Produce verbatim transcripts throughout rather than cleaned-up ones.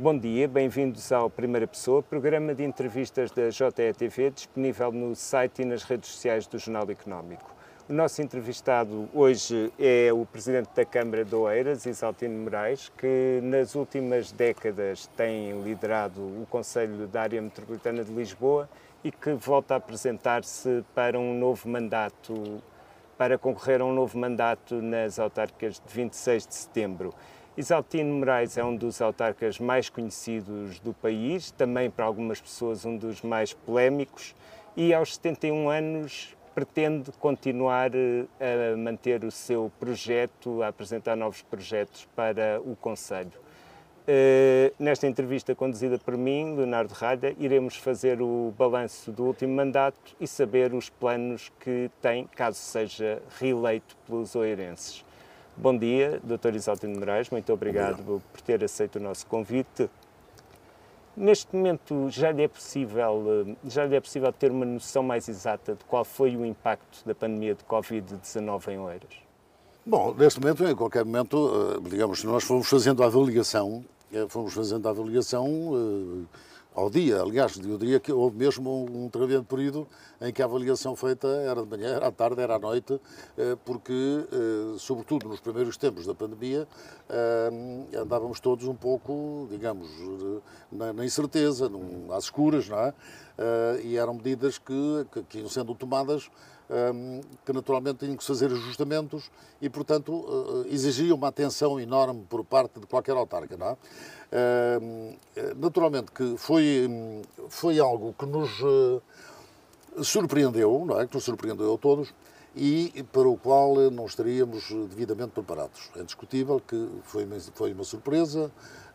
Bom dia, bem-vindos ao Primeira Pessoa, programa de entrevistas da J E T V, disponível no site e nas redes sociais do Jornal Económico. O nosso entrevistado hoje é o Presidente da Câmara de Oeiras, Isaltino Moraes, que nas últimas décadas tem liderado o Conselho da Área Metropolitana de Lisboa e que volta a apresentar-se para um novo mandato, para concorrer a um novo mandato nas autárquicas de vinte e seis de setembro. Isaltino Moraes é um dos autarcas mais conhecidos do país, também para algumas pessoas um dos mais polémicos, e aos setenta e um anos pretende continuar a manter o seu projeto, a apresentar novos projetos para o Conselho. Nesta entrevista conduzida por mim, Leonardo Ralha, iremos fazer o balanço do último mandato e saber os planos que tem, caso seja reeleito pelos oeirenses. Bom dia, doutor Isaltino Moraes, muito obrigado, obrigado por ter aceito o nosso convite. Neste momento já lhe, é possível, já lhe é possível ter uma noção mais exata de qual foi o impacto da pandemia de covid dezenove em Oeiras? Bom, neste momento, em qualquer momento, digamos, nós fomos fazendo a avaliação, fomos fazendo a avaliação ao dia, aliás, eu diria que houve mesmo um determinado período em que a avaliação feita era de manhã, era à tarde, era à noite, porque, sobretudo nos primeiros tempos da pandemia, andávamos todos um pouco, digamos, na incerteza, às escuras, não é? E eram medidas que, que iam sendo tomadas, que naturalmente tinham que se fazer ajustamentos e, portanto, exigiam uma atenção enorme por parte de qualquer autarca, não é? Naturalmente que foi, foi algo que nos surpreendeu, não é? Que nos surpreendeu a todos e para o qual não estaríamos devidamente preparados. É indiscutível que foi, foi uma surpresa,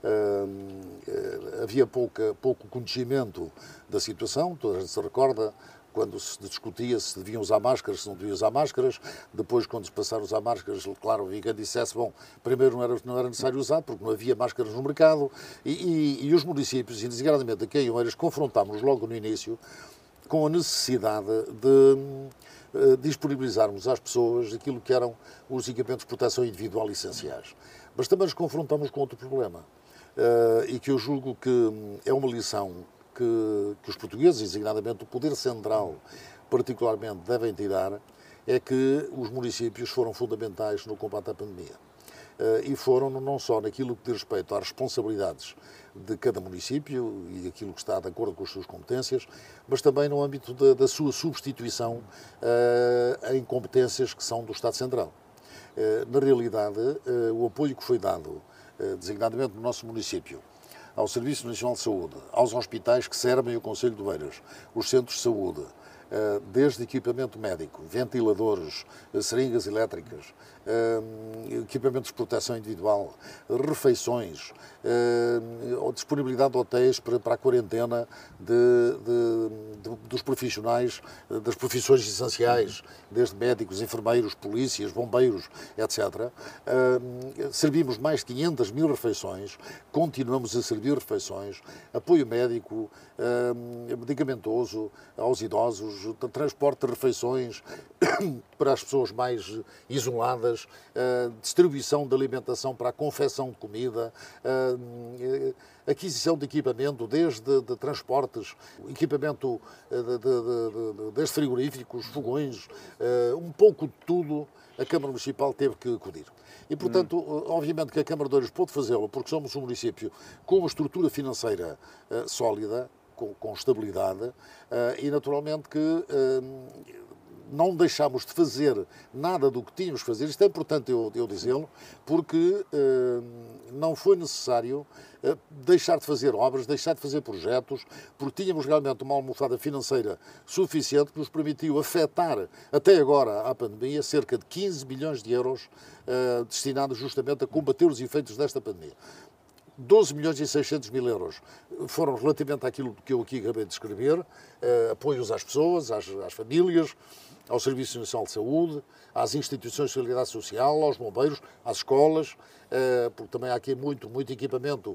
havia pouca, pouco conhecimento da situação, toda a gente se recorda quando se discutia se deviam usar máscaras, se não deviam usar máscaras, depois quando se passaram a usar máscaras, claro, havia quem dissesse, bom, primeiro não era, não era necessário usar, porque não havia máscaras no mercado, e, e, e os municípios, e designadamente aqui em Oeiras, confrontámos logo no início com a necessidade de uh, disponibilizarmos às pessoas aquilo que eram os equipamentos de proteção individual essenciais. Mas também nos confrontamos com outro problema, uh, e que eu julgo que é uma lição Que, que os portugueses, designadamente o Poder Central, particularmente, devem tirar, é que os municípios foram fundamentais no combate à pandemia. Uh, e foram não só naquilo que diz respeito às responsabilidades de cada município e aquilo que está de acordo com as suas competências, mas também no âmbito da, da sua substituição uh, em competências que são do Estado Central. Uh, na realidade, uh, o apoio que foi dado, uh, designadamente no nosso município, ao Serviço Nacional de Saúde, aos hospitais que servem o Concelho de Oeiras, os centros de saúde, desde equipamento médico, ventiladores, seringas elétricas, equipamentos de proteção individual, refeições, disponibilidade de hotéis para a quarentena de, de, de, dos profissionais, das profissões essenciais, desde médicos, enfermeiros, polícias, bombeiros, etcétera. Servimos mais de quinhentas mil refeições, continuamos a servir refeições, apoio médico, medicamentoso aos idosos, transporte de refeições para as pessoas mais isoladas, distribuição de alimentação para a confecção de comida, aquisição de equipamento, desde de transportes, equipamento de, de, de, desde frigoríficos, fogões, um pouco de tudo a Câmara Municipal teve que acudir. E, portanto, hum. obviamente que a Câmara de Oeiras pôde fazê-lo, porque somos um município com uma estrutura financeira uh, sólida, com, com estabilidade, uh, e naturalmente que uh, não deixámos de fazer nada do que tínhamos que fazer. Isto é importante eu, eu dizê-lo, porque uh, não foi necessário uh, deixar de fazer obras, deixar de fazer projetos, porque tínhamos realmente uma almofada financeira suficiente que nos permitiu afetar, até agora, à pandemia, cerca de quinze milhões de euros uh, destinados justamente a combater os efeitos desta pandemia. doze milhões e seiscentos mil euros foram relativamente àquilo que eu aqui acabei de descrever, uh, apoios às pessoas, às, às famílias, ao Serviço Nacional de Saúde, às instituições de solidariedade social, aos bombeiros, às escolas, uh, porque também há aqui muito, muito equipamento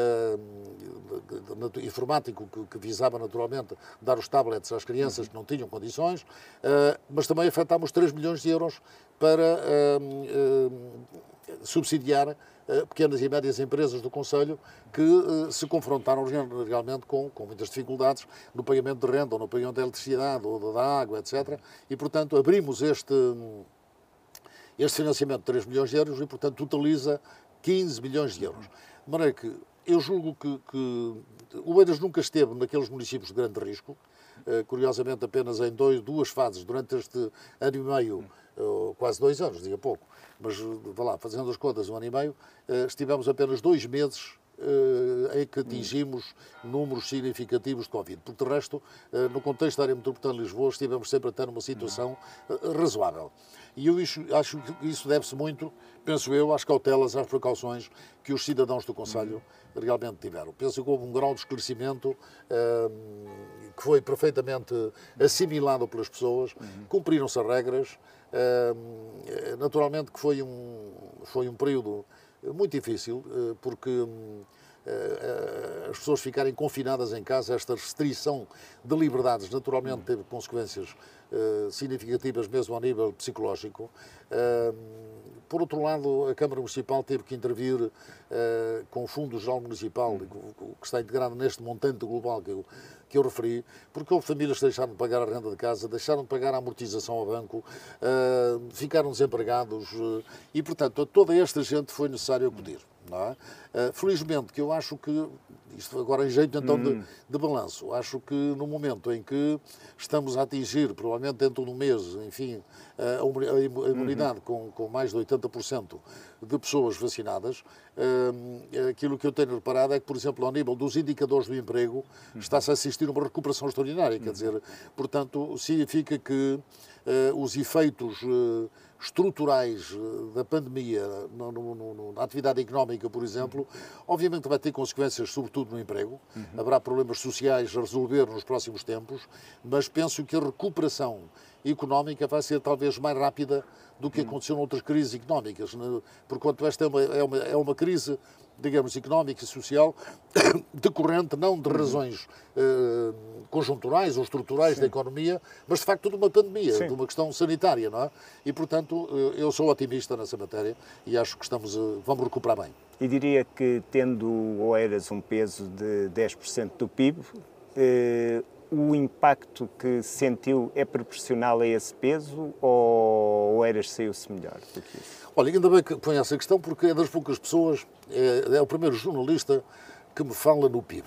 uh, de, de, informático que, que visava naturalmente dar os tablets às crianças que não tinham condições, uh, mas também afetámos três milhões de euros para uh, uh, subsidiar pequenas e médias empresas do Conselho que uh, se confrontaram realmente com, com muitas dificuldades no pagamento de renda, ou no pagamento da eletricidade, ou da água, etcétera. E, portanto, abrimos este, este financiamento de três milhões de euros e, portanto, totaliza quinze milhões de euros. De maneira que eu julgo que, que o Oeiras nunca esteve naqueles municípios de grande risco, uh, curiosamente apenas em dois, duas fases durante este ano e meio, uh, quase dois anos, diga pouco, mas, vá lá, fazendo as contas, um ano e meio, estivemos apenas dois meses em que atingimos números significativos de Covid. Porque, de resto, no contexto da área metropolitana de Lisboa, estivemos sempre a ter uma situação razoável. E eu acho que isso deve-se muito, penso eu, às cautelas, às precauções que os cidadãos do Conselho realmente tiveram. Penso que houve um grau de esclarecimento que foi perfeitamente assimilado pelas pessoas, cumpriram-se as regras. Uh, naturalmente que foi um, foi um período muito difícil, uh, porque uh, uh, as pessoas ficarem confinadas em casa, esta restrição de liberdades naturalmente teve consequências uh, significativas mesmo ao nível psicológico. Uh, por outro lado, a Câmara Municipal teve que intervir uh, com o Fundo Geral Municipal, que está integrado neste montante global que eu, que eu referi, porque houve famílias que deixaram de pagar a renda de casa, deixaram de pagar a amortização ao banco, uh, ficaram desempregados uh, e, portanto, a toda esta gente foi necessário acudir. Não é? Uh, felizmente, que eu acho que, isto agora em jeito então de, de balanço, acho que no momento em que estamos a atingir, provavelmente dentro de um mês, enfim, a imunidade uhum. com, com mais de oitenta por cento de pessoas vacinadas, uh, aquilo que eu tenho reparado é que, por exemplo, ao nível dos indicadores do emprego, uhum. está-se a assistir a uma recuperação extraordinária, uhum. quer dizer, portanto, significa que uh, os efeitos uh, estruturais da pandemia no, no, no, na atividade económica, por exemplo, obviamente vai ter consequências, sobretudo no emprego. Uhum. Haverá problemas sociais a resolver nos próximos tempos, mas penso que a recuperação económica vai ser talvez mais rápida do que aconteceu noutras crises económicas, porquanto esta é uma, é uma, é uma crise, digamos, económica e social decorrente não de razões eh, conjunturais ou estruturais Sim. da economia, mas de facto de uma pandemia, Sim. de uma questão sanitária, não é? E, portanto, eu sou otimista nessa matéria e acho que estamos, vamos recuperar bem. E diria que, tendo o Oeiras um peso de dez por cento do P I B, eh, o impacto que sentiu é proporcional a esse peso ou o Oeiras saiu-se melhor do que isso? Olha, ainda bem que põe essa questão, porque é das poucas pessoas, é, é o primeiro jornalista que me fala no P I B.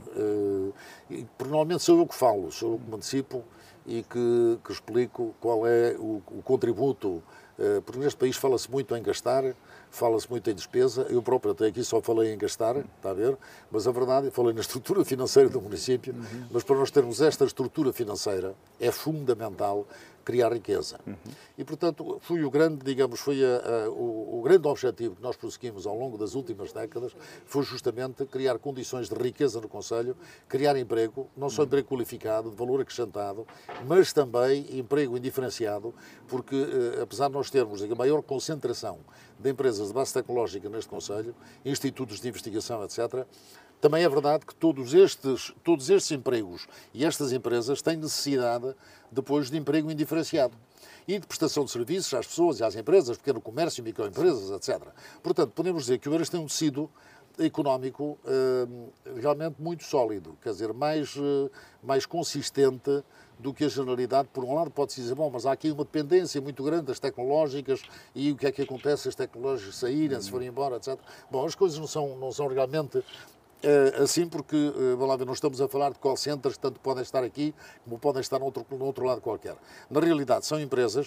Uh, e, normalmente sou eu que falo, sou eu que me antecipo e que, que explico qual é o, o contributo, uh, porque neste país fala-se muito em gastar, fala-se muito em despesa, eu próprio até aqui só falei em gastar, está a ver, mas a verdade, falei na estrutura financeira do município, uhum. mas para nós termos esta estrutura financeira é fundamental criar riqueza. Uhum. E, portanto, foi o grande, digamos, foi a, a, o, o grande objetivo que nós prosseguimos ao longo das últimas décadas, foi justamente criar condições de riqueza no Conselho, criar emprego, não só emprego qualificado, de valor acrescentado, mas também emprego indiferenciado, porque, eh, apesar de nós termos a maior concentração de empresas de base tecnológica neste Conselho, institutos de investigação, etcétera, também é verdade que todos estes, todos estes empregos e estas empresas têm necessidade depois de emprego indiferenciado e de prestação de serviços às pessoas e às empresas, pequeno comércio, microempresas, etcétera. Portanto, podemos dizer que o Oeiras tem um tecido económico eh, realmente muito sólido, quer dizer, mais, eh, mais consistente do que a generalidade. Por um lado pode-se dizer, bom, mas há aqui uma dependência muito grande das tecnológicas e o que é que acontece se as tecnológicas saírem, se forem embora, etcétera. Bom, as coisas não são, não são realmente Uh, assim, porque, uh, vamos lá ver, não estamos a falar de call centers que tanto podem estar aqui como podem estar no outro, no outro lado qualquer. Na realidade, são empresas,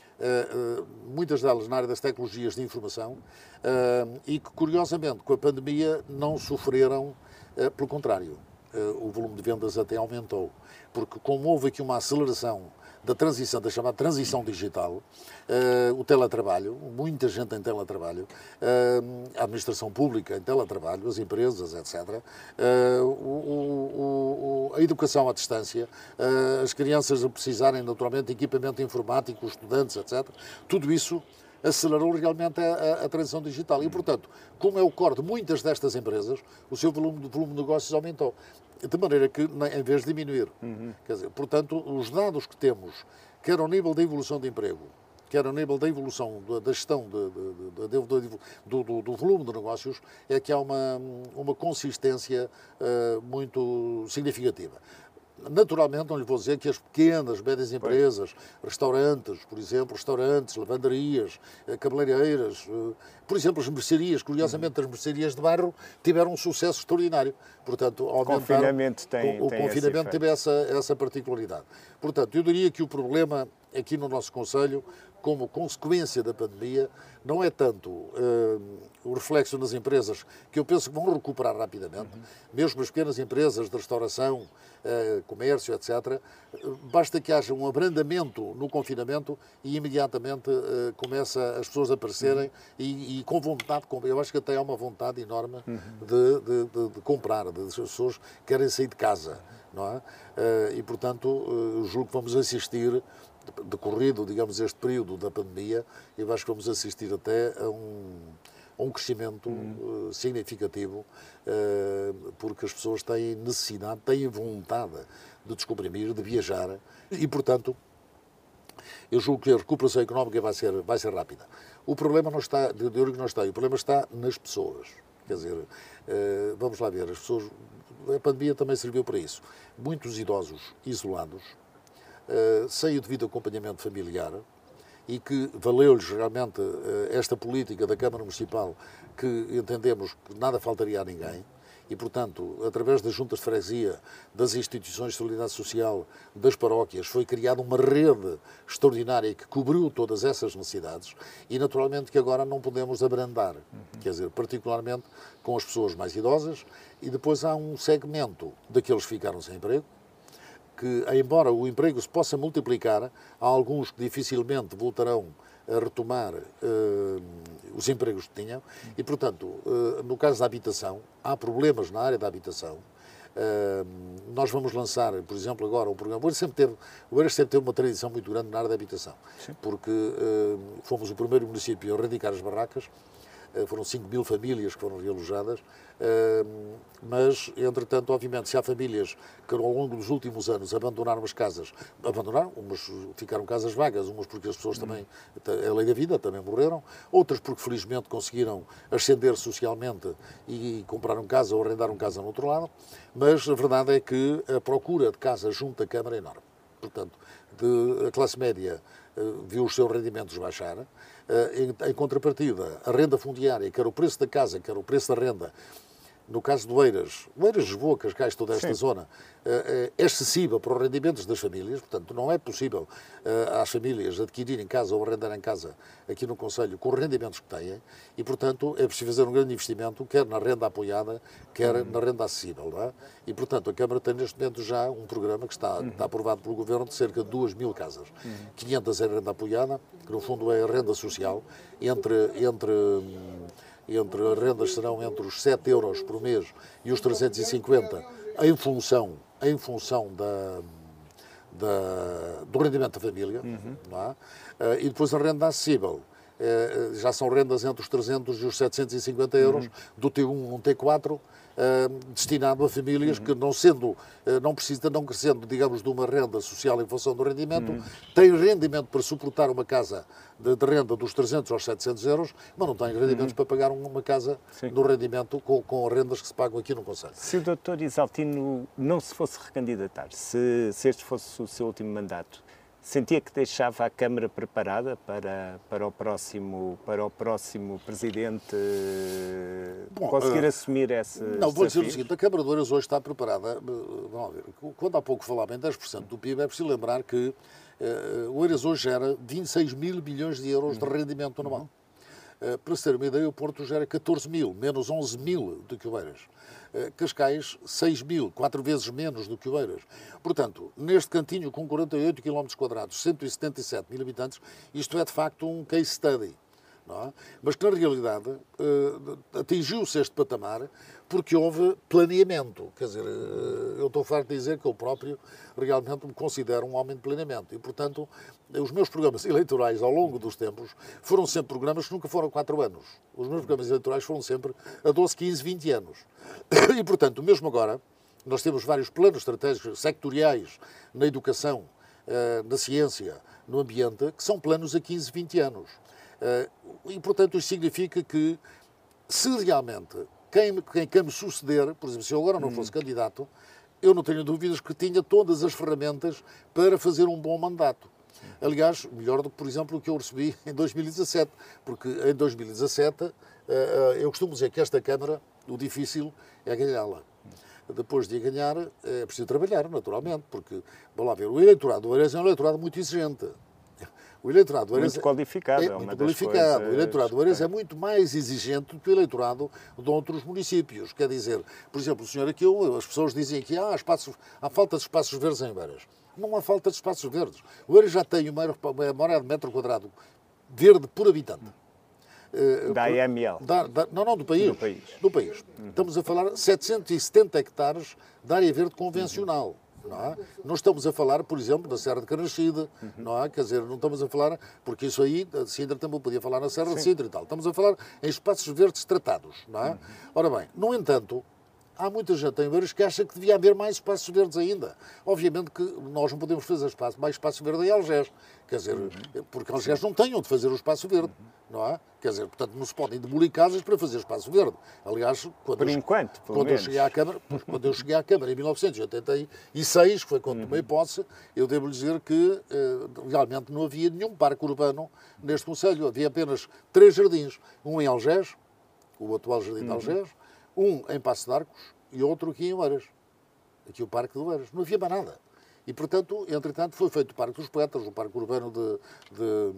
uh, uh, muitas delas na área das tecnologias de informação, uh, e que, curiosamente, com a pandemia não sofreram, uh, pelo contrário, uh, o volume de vendas até aumentou, porque como houve aqui uma aceleração da transição, da chamada transição digital, uh, o teletrabalho, muita gente em teletrabalho, uh, a administração pública em teletrabalho, as empresas, etcétera, uh, o, o, a educação à distância, uh, as crianças a precisarem naturalmente de equipamento informático, os estudantes, etcétera. Tudo isso acelerou realmente a, a, a transição digital. E, portanto, como é o core de muitas destas empresas, o seu volume de, volume de negócios aumentou. De maneira que, em vez de diminuir, uhum. quer dizer, portanto, os dados que temos, quer ao nível da evolução de emprego, quer a nível da evolução, da, da gestão de, de, de, de, de, do, do, do volume de negócios, é que há uma, uma consistência uh, muito significativa. Naturalmente, não lhe vou dizer que as pequenas, médias empresas, restaurantes, por exemplo, restaurantes, lavanderias, cabeleireiras, por exemplo, as mercearias, curiosamente, as mercearias de bairro tiveram um sucesso extraordinário. Portanto, o confinamento tem, o, tem o confinamento teve essa, essa particularidade. Portanto, eu diria que o problema aqui no nosso Conselho, como consequência da pandemia, não é tanto uh, o reflexo nas empresas, que eu penso que vão recuperar rapidamente, uhum. mesmo as pequenas empresas de restauração, uh, comércio, etcétera. Basta que haja um abrandamento no confinamento e imediatamente uh, começa as pessoas a aparecerem uhum. e, e com vontade de comprar. Eu acho que até há uma vontade enorme uhum. de, de, de, de comprar, de, as pessoas querem sair de casa, não é? Uh, e, portanto, uh, julgo que vamos assistir, decorrido, digamos, este período da pandemia, eu acho que vamos assistir até a um, a um crescimento uhum. uh, significativo, uh, porque as pessoas têm necessidade, têm vontade de descomprimir, de viajar, e, portanto, eu julgo que a recuperação económica vai ser, vai ser rápida. O problema não está, de onde não está, o problema está nas pessoas. Quer dizer, uh, vamos lá ver, as pessoas, a pandemia também serviu para isso. Muitos idosos isolados, Uh, sem o devido acompanhamento familiar, e que valeu-lhes realmente uh, esta política da Câmara Municipal, que entendemos que nada faltaria a ninguém, e, portanto, através das juntas de freguesia, das instituições de solidariedade social, das paróquias, foi criada uma rede extraordinária que cobriu todas essas necessidades, e naturalmente que agora não podemos abrandar, uhum. quer dizer, particularmente com as pessoas mais idosas, e depois há um segmento daqueles que ficaram sem emprego, que, embora o emprego se possa multiplicar, há alguns que dificilmente voltarão a retomar uh, os empregos que tinham e, portanto, uh, no caso da habitação, há problemas na área da habitação. Uh, nós vamos lançar, por exemplo, agora um programa. O Eiras sempre teve, o Eiras sempre teve uma tradição muito grande na área da habitação, Sim. porque uh, fomos o primeiro município a erradicar as barracas. Foram cinco mil famílias que foram realojadas, mas, entretanto, obviamente, se há famílias que ao longo dos últimos anos abandonaram as casas, abandonaram, umas ficaram casas vagas, umas porque as pessoas também, é a lei da vida, também morreram, outras porque felizmente conseguiram ascender socialmente e compraram casa ou arrendaram casa no outro lado, mas a verdade é que a procura de casa junto à Câmara é enorme. Portanto, de, a classe média viu os seus rendimentos baixar. Em, em contrapartida, a renda fundiária, quer o preço da casa, quer o preço da renda, no caso do Eiras, o Eiras, Lisboa, Cascais, toda esta Sim. zona, é excessiva para os rendimentos das famílias, portanto, não é possível às famílias adquirirem casa ou arrendarem casa aqui no Concelho com os rendimentos que têm e, portanto, é preciso fazer um grande investimento, quer na renda apoiada, quer uhum. na renda acessível, não é? E, portanto, a Câmara tem neste momento já um programa que está, uhum. está aprovado pelo Governo de cerca de duas mil casas. Uhum. quinhentas em renda apoiada, que no fundo é a renda social, entre... entre entre as rendas serão entre os sete euros por mês e os trezentos e cinquenta, em função, em função da, da, do rendimento da família, uhum. não é? Uh, e depois a renda acessível. Uh, já são rendas entre os trezentos e os setecentos e cinquenta euros, uhum. do T um ao T quatro, Uh, destinado a famílias uhum. que, não sendo, uh, não precisam, não crescendo, digamos, de uma renda social em função do rendimento, uhum. têm rendimento para suportar uma casa de, de renda dos trezentos aos setecentos euros, mas não têm rendimentos uhum. para pagar uma casa Sim. no rendimento com, com rendas que se pagam aqui no Concelho. Se o doutor Isaltino não se fosse recandidatar, se, se este fosse o seu último mandato, sentia que deixava a Câmara preparada para, para, o, próximo, para o próximo Presidente Bom, conseguir uh, assumir esse Não, vou dizer o seguinte, a Câmara de Oeiras hoje está preparada, vamos ver, quando há pouco falava em dez por cento do P I B, é preciso lembrar que uh, o Oeiras hoje gera vinte e seis mil milhões de euros uhum. de rendimento anual. Uhum. Uh, para se ter uma ideia, o Porto gera catorze mil, menos onze mil do que o Oeiras. Uh, Cascais, seis mil, quatro vezes menos do que o Oeiras. Portanto, neste cantinho com quarenta e oito quilómetros quadrados, cento e setenta e sete mil habitantes, isto é de facto um case study. Não é? Mas que na realidade uh, atingiu-se este patamar porque houve planeamento. Quer dizer, uh, eu estou farto de dizer que eu próprio realmente me considero um homem de planeamento e, portanto, os meus programas eleitorais ao longo dos tempos foram sempre programas que nunca foram quatro anos. Os meus programas eleitorais foram sempre a doze, quinze, vinte anos. E, portanto, mesmo agora, nós temos vários planos estratégicos sectoriais na educação, na ciência, no ambiente, que são planos a quinze, vinte anos. E, portanto, isto significa que, se realmente quem, quem quer me suceder, por exemplo, se eu agora não fosse hum. candidato, eu não tenho dúvidas que tinha todas as ferramentas para fazer um bom mandato. Aliás, melhor do que, por exemplo, o que eu recebi em dois mil e dezassete, porque em dois mil e dezassete eu costumo dizer que esta Câmara, o difícil é ganhá-la. Depois de a ganhar, é preciso trabalhar, naturalmente, porque, vamos lá ver, o eleitorado do Oeiras é um eleitorado muito exigente. O eleitorado do Oeiras muito qualificado, é, é muito qualificado. Coisas... O eleitorado do Oeiras é muito mais exigente do que o eleitorado de outros municípios. Quer dizer, por exemplo, o senhor aqui, as pessoas dizem que ah, há, espaços, há falta de espaços verdes em Oeiras. Não há falta de espaços verdes. O Oeiras já tem uma maior de metro quadrado verde por habitante. Da A M L? Da, da, não, não, do país. Do país. Do país. Uhum. Estamos a falar de setecentos e setenta hectares de área verde convencional. Uhum. Não, é? Não estamos a falar, por exemplo, da Serra de Carnaxide, uhum. não é? Quer dizer, não estamos a falar, porque isso aí, Sintra também podia falar na Serra Sim. de Sintra e tal. Estamos a falar em espaços verdes tratados, não é? Uhum. Ora bem, no entanto, há muita gente em Oeiras que acha que devia haver mais espaços verdes ainda. Obviamente que nós não podemos fazer espaço, mais espaço verde em Algés. Quer dizer, uhum. porque Algés não tem onde fazer o espaço verde, uhum. não é? Quer dizer, portanto, não se podem demolir casas para fazer espaço verde. Aliás, quando, Por eu, enquanto, quando eu cheguei à Câmara, quando eu cheguei à Câmara em mil novecentos e oitenta e seis, que foi quando tomei posse, eu devo-lhe dizer que eh, realmente não havia nenhum parque urbano neste concelho. Havia apenas três jardins. Um em Algés, o atual Jardim uhum. de Algés, um em Paço de Arcos e outro aqui em Oeiras. Aqui o Parque de Oeiras. Não havia mais nada. E, portanto, entretanto, foi feito o Parque dos Poetas, o Parque Urbano de, de,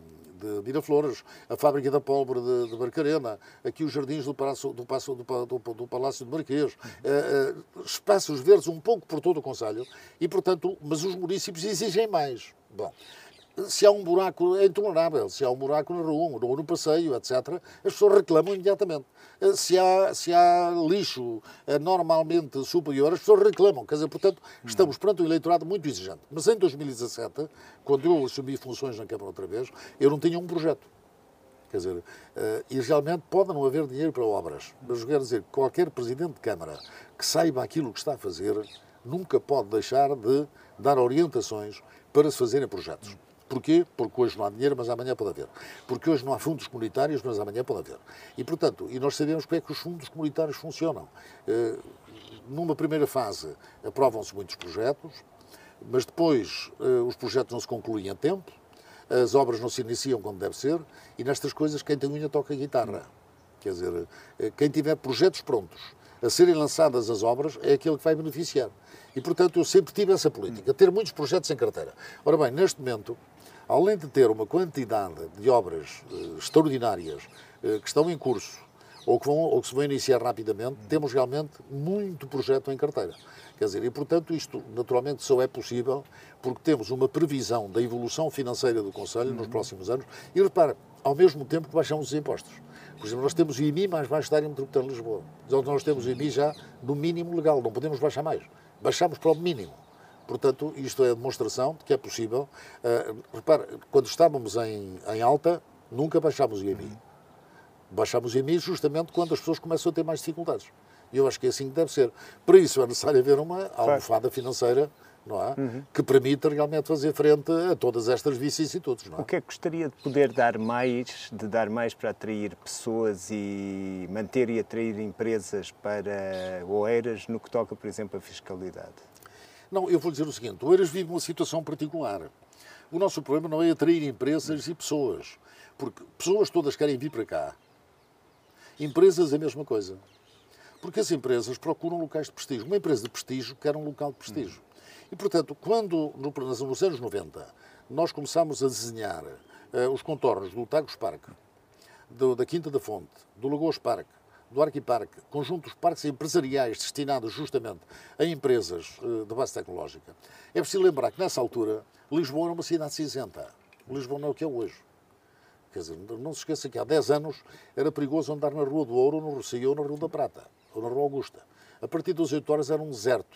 de Miraflores, a Fábrica da Pólvora de, de Barcarena, aqui os jardins do Palácio, do, Palácio, do, do, do Palácio de Marquês, uh, uh, espaços verdes um pouco por todo o concelho, e, portanto, mas os municípios exigem mais. Bom, se há um buraco, é intolerável. Se há um buraco na rua, ou no passeio, etcétera, as pessoas reclamam imediatamente. Se há, se há lixo normalmente superior, as pessoas reclamam. Quer dizer, portanto, estamos perante um eleitorado muito exigente. Mas em dois mil e dezassete, quando eu assumi funções na Câmara outra vez, eu não tinha um projeto. Quer dizer, e realmente pode não haver dinheiro para obras. Mas eu quero dizer que qualquer Presidente de Câmara que saiba aquilo que está a fazer, nunca pode deixar de dar orientações para se fazerem projetos. Porquê? Porque hoje não há dinheiro, mas amanhã pode haver. Porque hoje não há fundos comunitários, mas amanhã pode haver. E, portanto, e nós sabemos como é que os fundos comunitários funcionam. Uh, numa primeira fase, aprovam-se muitos projetos, mas depois uh, os projetos não se concluem a tempo, as obras não se iniciam como deve ser, e nestas coisas quem tem unha toca a guitarra. Quer dizer, uh, quem tiver projetos prontos a serem lançadas as obras é aquele que vai beneficiar. E, portanto, eu sempre tive essa política, ter muitos projetos em carteira. Ora bem, neste momento, além de ter uma quantidade de obras uh, extraordinárias uh, que estão em curso ou que, vão, ou que se vão iniciar rapidamente, temos realmente muito projeto em carteira. Quer dizer, e portanto isto naturalmente só é possível porque temos uma previsão da evolução financeira do Conselho nos próximos anos e, repara, ao mesmo tempo que baixamos os impostos. Por exemplo, nós temos o I M I mais baixo da área metropolitana de Lisboa. Nós temos o I M I já no mínimo legal, não podemos baixar mais. Baixamos para o mínimo. Portanto, isto é a demonstração de que é possível. Uh, repara, quando estávamos em, em alta, nunca baixámos o I M I. Baixámos o I M I justamente quando as pessoas começam a ter mais dificuldades. E eu acho que é assim que deve ser. Para isso é necessário haver uma almofada financeira, não é? Uhum. Que permita realmente fazer frente a todas estas vicissitudes. Não é? O que é que gostaria de poder dar mais, de dar mais para atrair pessoas e manter e atrair empresas para Oeiras no que toca, por exemplo, à fiscalidade? Não, eu vou dizer o seguinte, o Oeiras vive uma situação particular. O nosso problema não é atrair empresas e pessoas, porque pessoas todas querem vir para cá. Empresas, a mesma coisa. Porque as empresas procuram locais de prestígio. Uma empresa de prestígio quer um local de prestígio. E, portanto, quando, nos anos noventa, nós começámos a desenhar uh, os contornos do Tagus Parque, do, da Quinta da Fonte, do Lagoas Parque, do Arquiparque, conjuntos de parques empresariais destinados justamente a empresas uh, de base tecnológica, é preciso lembrar que, nessa altura, Lisboa era uma cidade cinzenta. Lisboa não é o que é hoje. Quer dizer, não se esqueça que há dez anos era perigoso andar na Rua do Ouro, no Rossio ou na Rua da Prata, ou na Rua Augusta. A partir das oito horas era um deserto.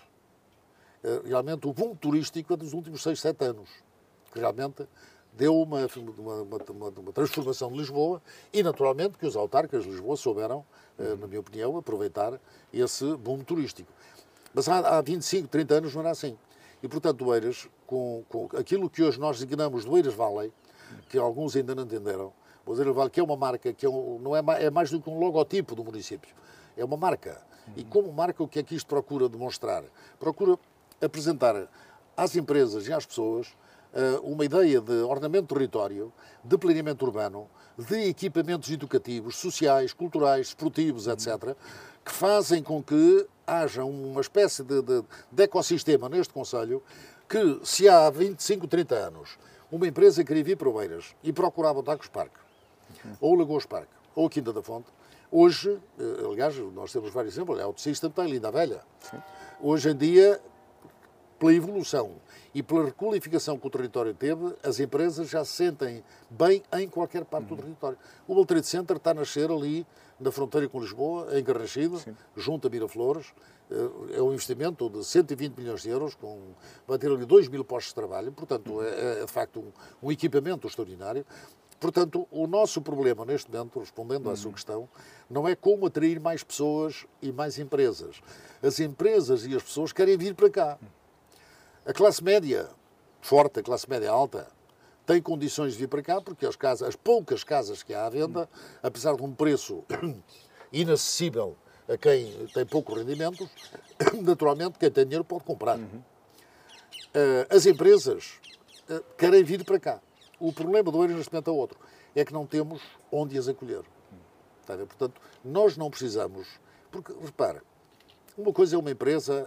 Realmente, o boom turístico é dos últimos seis, sete anos, que realmente deu uma, uma, uma, uma transformação de Lisboa e, naturalmente, que os autarcas de Lisboa souberam, na minha opinião, aproveitar esse boom turístico. Mas há, há vinte e cinco, trinta anos não era assim. E, portanto, o Eiras, com, com aquilo que hoje nós designamos do Eiras Valley, que alguns ainda não entenderam, o Eiras Valley, que é uma marca, que é, um, não é, é mais do que um logotipo do município, é uma marca. Uhum. E como marca, o que é que isto procura demonstrar? Procura apresentar às empresas e às pessoas uh, uma ideia de ordenamento do território, de planeamento urbano, de equipamentos educativos, sociais, culturais, esportivos, etcétera, que fazem com que haja uma espécie de, de, de ecossistema neste concelho que, se há vinte e cinco, trinta anos, uma empresa queria vir para o Eiras e procurava o Tacos Parque, uhum. ou o Lagoas Parque, ou a Quinta da Fonte, hoje, aliás, nós temos vários exemplos, é o System tem Linda Velha. Sim. Hoje em dia, pela evolução e pela requalificação que o território teve, as empresas já se sentem bem em qualquer parte uhum. do território. O World Trade Center está a nascer ali, na fronteira com Lisboa, em Garrachido, junto a Miraflores. É um investimento de cento e vinte milhões de euros, com, vai ter ali dois mil postos de trabalho, portanto, uhum. é, é de facto um, um equipamento extraordinário. Portanto, o nosso problema neste momento, respondendo à sua questão, não é como atrair mais pessoas e mais empresas. As empresas e as pessoas querem vir para cá. A classe média, forte, a classe média alta, tem condições de vir para cá, porque as, casas, as poucas casas que há à venda, apesar de um preço inacessível a quem tem poucos rendimentos, naturalmente quem tem dinheiro pode comprar. As empresas querem vir para cá. O problema do Eiras neste momento é outro, é que não temos onde as acolher. Está a ver? Portanto, nós não precisamos, porque, repara, uma coisa é uma empresa,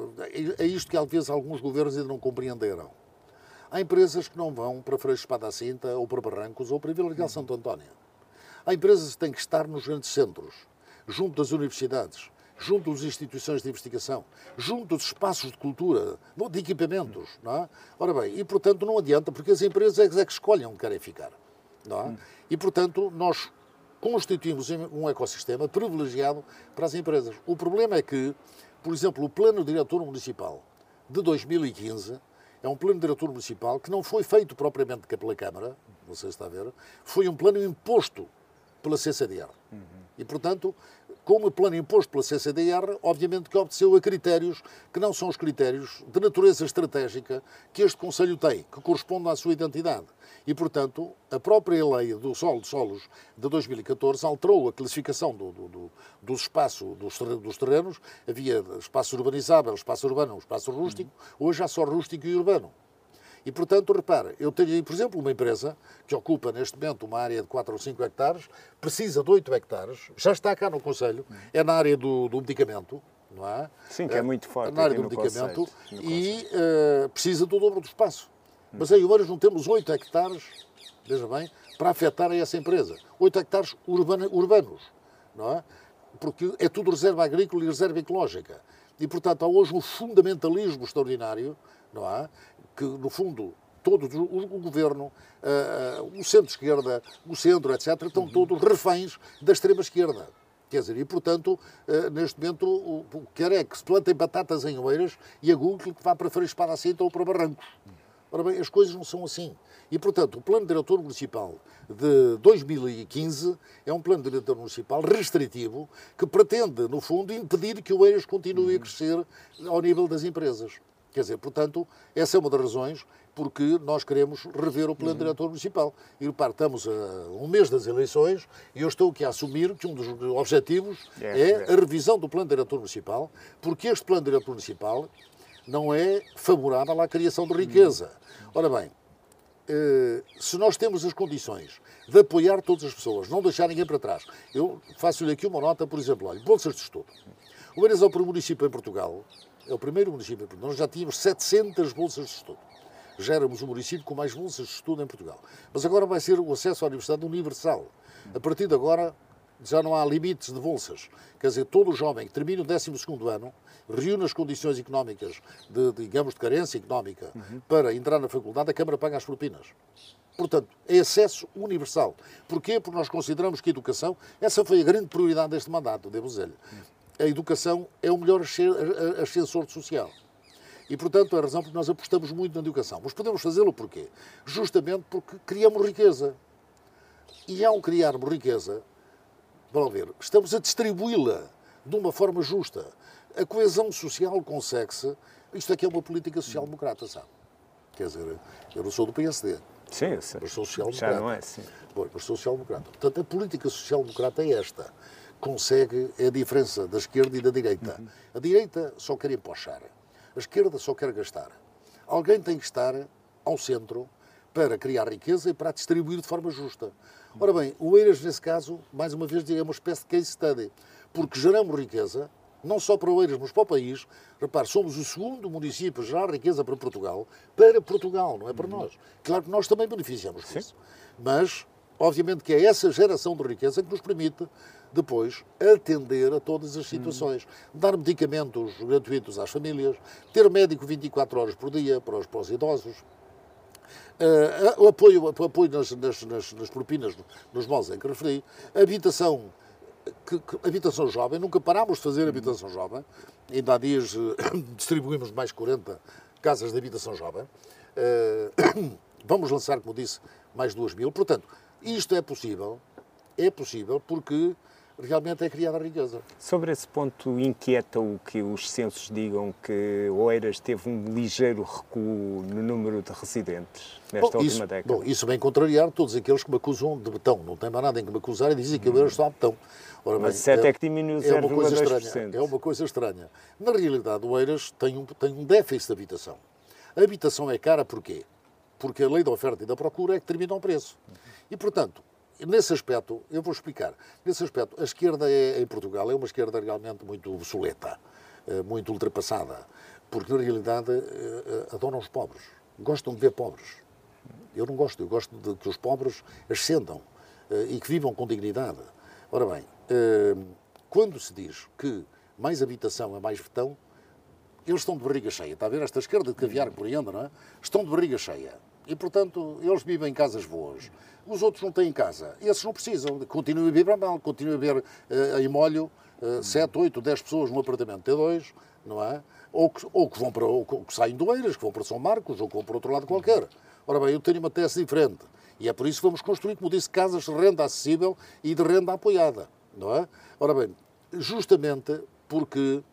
é isto que às vezes alguns governos ainda não compreenderam. Há empresas que não vão para Freixo Espada à Cinta, ou para Barrancos, ou para Vila Real Santo António. Há empresas que têm que estar nos grandes centros, junto das universidades, junto das instituições de investigação, junto dos espaços de cultura, de equipamentos, não é? Ora bem, e portanto não adianta, porque as empresas é que escolhem onde querem ficar, não é? E portanto nós constituímos um ecossistema privilegiado para as empresas. O problema é que, por exemplo, o Plano Diretor Municipal de dois mil e quinze é um Plano Diretor Municipal que não foi feito propriamente pela Câmara, não sei se está a ver, foi um plano imposto pela C C D R. Uhum. E, portanto, como plano imposto pela C C D R, obviamente que obedeceu a critérios que não são os critérios de natureza estratégica que este Conselho tem, que correspondem à sua identidade. E, portanto, a própria lei do solo de solos de dois mil e catorze alterou a classificação do, do, do, do espaço dos, dos terrenos. Havia espaço urbanizável, espaço urbano, espaço rústico. Uhum. Hoje há só rústico e urbano. E, portanto, repara, eu tenho aí, por exemplo, uma empresa que ocupa neste momento uma área de quatro ou cinco hectares, precisa de oito hectares, já está cá no Conselho, é na área do, do medicamento, não é? Sim, que é muito forte. Na área do medicamento e uh, precisa do dobro do espaço. Hum. Mas aí hoje não temos oito hectares, veja bem, para afetar a essa empresa. oito hectares urbana, urbanos, não é? Porque é tudo reserva agrícola e reserva ecológica. E, portanto, há hoje um fundamentalismo extraordinário, não é? Que, no fundo, todo o, o governo, uh, uh, o centro-esquerda, o centro, etcétera, estão uhum. todos reféns da extrema-esquerda. Quer dizer, e, portanto, uh, neste momento, o, o que quer é que se plantem batatas em Oeiras e a Google que vá para Freixo Espada à Cinta ou para Barrancos. Ora bem, as coisas não são assim. E, portanto, o Plano Diretor Municipal de dois mil e quinze é um Plano Diretor Municipal restritivo que pretende, no fundo, impedir que o Oeiras continue uhum. a crescer ao nível das empresas. Quer dizer, portanto, essa é uma das razões porque nós queremos rever o Plano uhum. Diretor Municipal. E, repare, estamos a um mês das eleições e eu estou aqui a assumir que um dos objetivos é, é, é a revisão do Plano Diretor Municipal, porque este Plano Diretor Municipal não é favorável à criação de riqueza. Uhum. Ora bem, se nós temos as condições de apoiar todas as pessoas, não deixar ninguém para trás, eu faço-lhe aqui uma nota, por exemplo, olha, bolsas de estudo. O Eiras é o município em Portugal, é o primeiro município em Portugal, nós já tínhamos setecentas bolsas de estudo. Já éramos o município com mais bolsas de estudo em Portugal. Mas agora vai ser o acesso à universidade universal. A partir de agora já não há limites de bolsas. Quer dizer, todo jovem que termina o décimo segundo ano, reúne as condições económicas, de, digamos, de carência económica, uhum. para entrar na faculdade, a Câmara paga as propinas. Portanto, é acesso universal. Porquê? Porque nós consideramos que a educação, essa foi a grande prioridade deste mandato, devo dizer-lhe. A educação é o melhor ascensor social. E, portanto, é a razão porque nós apostamos muito na educação. Mas podemos fazê-lo porquê? Justamente porque criamos riqueza. E ao criarmos riqueza, vamos ver, estamos a distribuí-la de uma forma justa. A coesão social consegue-se Isto aqui é uma política social-democrata, sabe? Quer dizer, eu não sou do P S D. Sim, eu sei. Mas sou social-democrata. Já não é assim. Bom, mas sou social-democrata. Portanto, a política social-democrata é esta. Consegue é a diferença da esquerda e da direita. Uhum. A direita só quer empochar. A esquerda só quer gastar. Alguém tem que estar ao centro para criar riqueza e para a distribuir de forma justa. Ora bem, o Oeiras, nesse caso, mais uma vez, é uma espécie de case study. Porque geramos riqueza, não só para Oeiras, mas para o país. Repare, somos o segundo município a gerar riqueza para Portugal, para Portugal, não é para nós. Claro que nós também beneficiamos disso. Mas, obviamente, que é essa geração de riqueza que nos permite, depois, atender a todas as situações. Hum. Dar medicamentos gratuitos às famílias, ter médico vinte e quatro horas por dia para os, para os idosos, uh, o apoio, o apoio nas, nas, nas, nas propinas, nos modos em que referi, habitação, que, que, habitação jovem, nunca parámos de fazer habitação jovem, ainda há dias uh, distribuímos mais quarenta casas de habitação jovem, uh, vamos lançar, como disse, mais duas mil, portanto, isto é possível, é possível porque realmente é criada a riqueza. Sobre esse ponto, inquieta-o que os censos digam que Oeiras teve um ligeiro recuo no número de residentes nesta bom, última isso, década? Bom, isso vem contrariar todos aqueles que me acusam de betão. Não tem mais nada em que me acusar e dizem que hum. Oeiras está a betão. Ora, mas certo é, é que diminui zero vírgula dois por cento. É uma coisa estranha. Na realidade, Oeiras tem um, tem um déficit de habitação. A habitação é cara porquê? Porque a lei da oferta e da procura é que determina o preço. E, portanto, nesse aspecto, eu vou explicar, nesse aspecto, a esquerda é, em Portugal é uma esquerda realmente muito obsoleta, muito ultrapassada, porque na realidade adoram os pobres, gostam de ver pobres. Eu não gosto, eu gosto de que os pobres ascendam e que vivam com dignidade. Ora bem, quando se diz que mais habitação é mais vetão, eles estão de barriga cheia, está a ver? Esta esquerda de caviar que por aí anda, não é? Estão de barriga cheia. E, portanto, eles vivem em casas boas. Os outros não têm casa. Esses não precisam. Continuam a viver mal, continuam a ver uh, em molho uh, sete, oito, dez pessoas num apartamento T dois, não é? Ou que, ou que vão para, ou que saem de Oeiras, que vão para São Marcos, ou que vão para outro lado qualquer. Ora bem, eu tenho uma tese diferente. E é por isso que vamos construir, como disse, casas de renda acessível e de renda apoiada, não é? Ora bem, justamente porque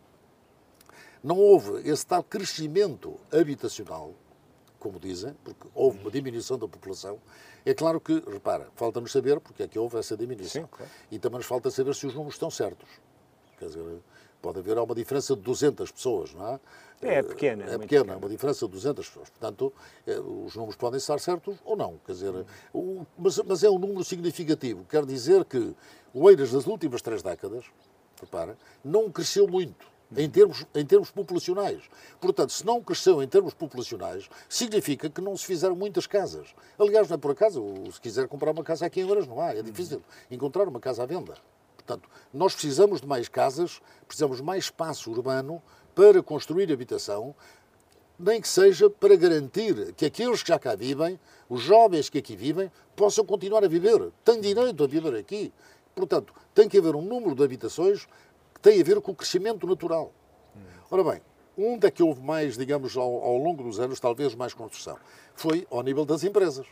não houve esse tal crescimento habitacional, como dizem, porque houve uma diminuição da população. É claro que, repara, falta-nos saber porque é que houve essa diminuição. Sim, claro. E também nos falta saber se os números estão certos. Quer dizer, pode haver uma diferença de duzentas pessoas, não é? É pequena. É pequena, uma diferença de duzentas pessoas. Portanto, os números podem estar certos ou não. Quer dizer, o, mas, mas é um número significativo. Quer dizer que o Oeiras, nas últimas três décadas, repara, não cresceu muito. Em termos, em termos populacionais. Portanto, se não cresceu em termos populacionais, significa que não se fizeram muitas casas. Aliás, não é por acaso, se quiser comprar uma casa aqui em Oeiras, não há, é difícil encontrar uma casa à venda. Portanto, nós precisamos de mais casas, precisamos de mais espaço urbano para construir habitação, nem que seja para garantir que aqueles que já cá vivem, os jovens que aqui vivem, possam continuar a viver. Têm direito a viver aqui. Portanto, tem que haver um número de habitações tem a ver com o crescimento natural. Ora bem, onde é que houve mais, digamos, ao, ao longo dos anos, talvez mais construção? Foi ao nível das empresas.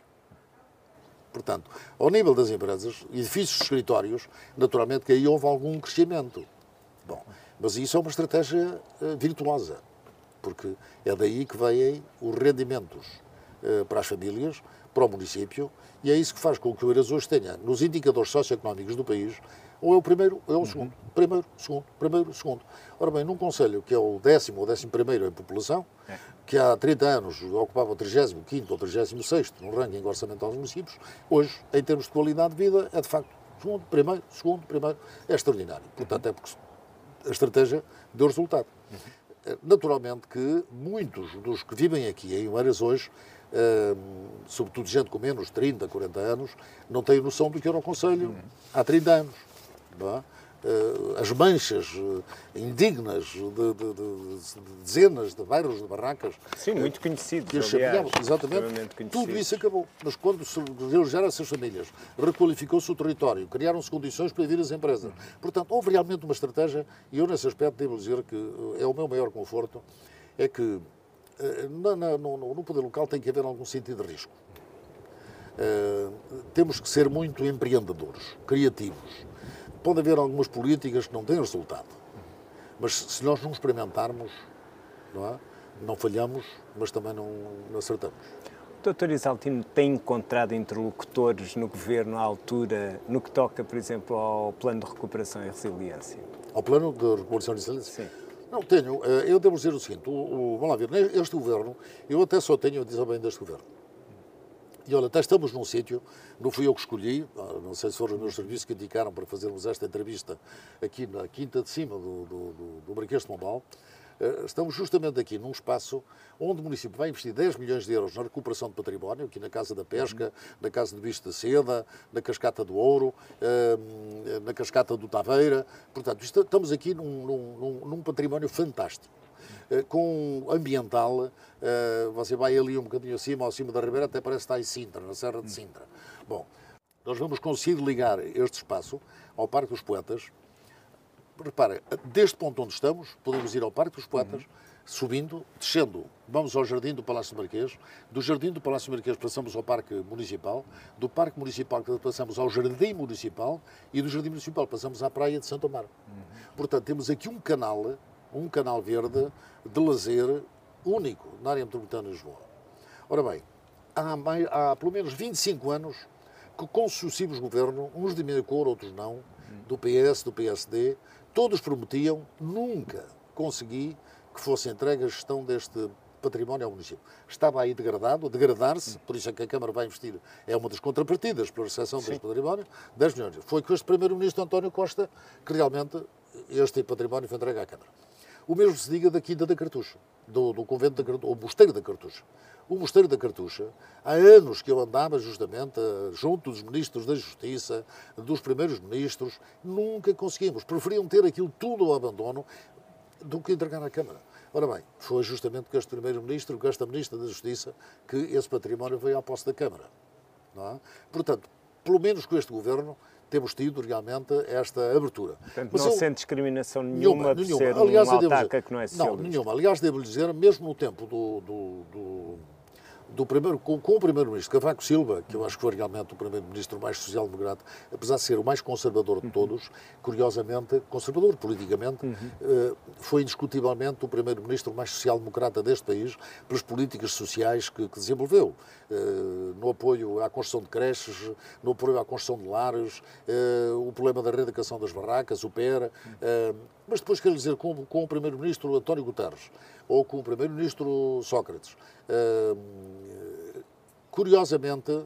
Portanto, ao nível das empresas, edifícios de escritórios, naturalmente que aí houve algum crescimento. Bom, mas isso é uma estratégia uh, virtuosa, porque é daí que vêm os rendimentos uh, para as famílias, para o município, e é isso que faz com que o Oeiras hoje tenha, nos indicadores socioeconómicos do país, ou é o primeiro, ou é o segundo. Uhum. Primeiro, segundo, primeiro, segundo. Ora bem, num concelho que é o décimo ou décimo primeiro em população, é. que há trinta anos ocupava o trigésimo quinto ou trigésimo sexto no ranking orçamental dos municípios, hoje, em termos de qualidade de vida, é de facto segundo, primeiro, segundo, primeiro. É extraordinário. Portanto, é porque a estratégia deu resultado. Uhum. Naturalmente que muitos dos que vivem aqui em Oeiras hoje, Uh, sobretudo gente com menos de trinta, quarenta anos, não têm noção do que era o Conselho uhum. há trinta anos. Não é? uh, as manchas uh, indignas de, de, de, de dezenas de bairros, de barracas. Sim, muito conhecidos, que aliás, exatamente, tudo isso acabou. Mas quando se realizaram essas famílias, requalificou-se o território, criaram-se condições para vir as empresas. Uhum. Portanto, houve realmente uma estratégia, e eu nesse aspecto devo dizer que uh, é o meu maior conforto, é que No, no, no poder local tem que haver algum sentido de risco. Uh, temos que ser muito empreendedores, criativos. Pode haver algumas políticas que não têm resultado, mas se nós não experimentarmos, não é? não falhamos, mas também não, não acertamos. O doutor Isaltino tem encontrado interlocutores no Governo à altura, no que toca, por exemplo, ao Plano de Recuperação e Resiliência? Ao Plano de Recuperação e Resiliência? Sim. Não, tenho. Eu devo dizer o seguinte, o, o, vamos lá ver, este Governo, eu até só tenho a dizer bem deste Governo. E olha, até estamos num sítio, não fui eu que escolhi, não sei se foram os meus serviços que indicaram para fazermos esta entrevista aqui na quinta de cima do, do, do, do Marquês de Pombal. Estamos justamente aqui num espaço onde o município vai investir dez milhões de euros na recuperação de património, aqui na Casa da Pesca, na Casa do Bicho da Seda, na Cascata do Ouro, na Cascata do Taveira. Portanto, estamos aqui num, num, num património fantástico. Com ambiental, você vai ali um bocadinho acima, ao cima da Ribeira, até parece que está em Sintra, na Serra de Sintra. Bom, nós vamos conseguir ligar este espaço ao Parque dos Poetas. Repara, deste ponto onde estamos, podemos ir ao Parque dos Poetas, uhum. subindo, descendo, vamos ao Jardim do Palácio do Marquês, do Jardim do Palácio do Marquês passamos ao Parque Municipal, do Parque Municipal passamos ao Jardim Municipal e do Jardim Municipal passamos à Praia de Santo Amaro. Uhum. Portanto, temos aqui um canal, um canal verde de lazer único na área metropolitana de Lisboa. Ora bem, há, mais, há pelo menos vinte e cinco anos que com sucessivos governos, uns de minha cor, outros não, do P S, do P S D, todos prometiam, nunca consegui que fosse entregue a gestão deste património ao município. Estava aí degradado, a degradar-se, por isso é que a Câmara vai investir, é uma das contrapartidas pela recepção deste património, dez milhões. Foi com este primeiro-ministro António Costa que realmente este património foi entregue à Câmara. O mesmo se diga da Quinta da Cartucha, do, do convento da Cartucha, ou Mosteiro da Cartucha. O Mosteiro da Cartucha, há anos que eu andava justamente junto dos ministros da Justiça, dos primeiros ministros, nunca conseguimos. Preferiam ter aquilo tudo ao abandono do que entregar à Câmara. Ora bem, foi justamente com este primeiro-ministro, com esta ministra da Justiça, que esse património veio à posse da Câmara. Não é? Portanto, pelo menos com este governo, temos tido realmente esta abertura. Portanto, Mas não eu, sente discriminação nenhuma, nenhuma por nenhuma. ser Aliás, um autarca que não é socialista? Não, nenhuma. Aliás, devo-lhe dizer, mesmo no tempo do... do, do Do primeiro, com, com o primeiro-ministro Cavaco Silva, que eu acho que foi realmente o primeiro-ministro mais social-democrata, apesar de ser o mais conservador de todos, curiosamente, conservador politicamente, uhum. eh, foi indiscutivelmente o primeiro-ministro mais social-democrata deste país, pelas políticas sociais que, que desenvolveu, eh, no apoio à construção de creches, no apoio à construção de lares, eh, o problema da reeducação das barracas, o P E R, eh, mas depois quero dizer, com, com o primeiro-ministro António Guterres, ou com o primeiro-ministro Sócrates, Uh, curiosamente,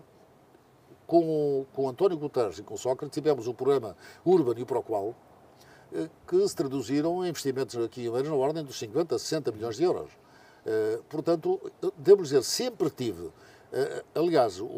com, com António Guterres e com Sócrates, tivemos o programa Urban e o Proqual, uh, que se traduziram em investimentos aqui em Oeiras na ordem dos cinquenta, sessenta milhões de euros. Uh, portanto, devo dizer, sempre tive, uh, aliás, o,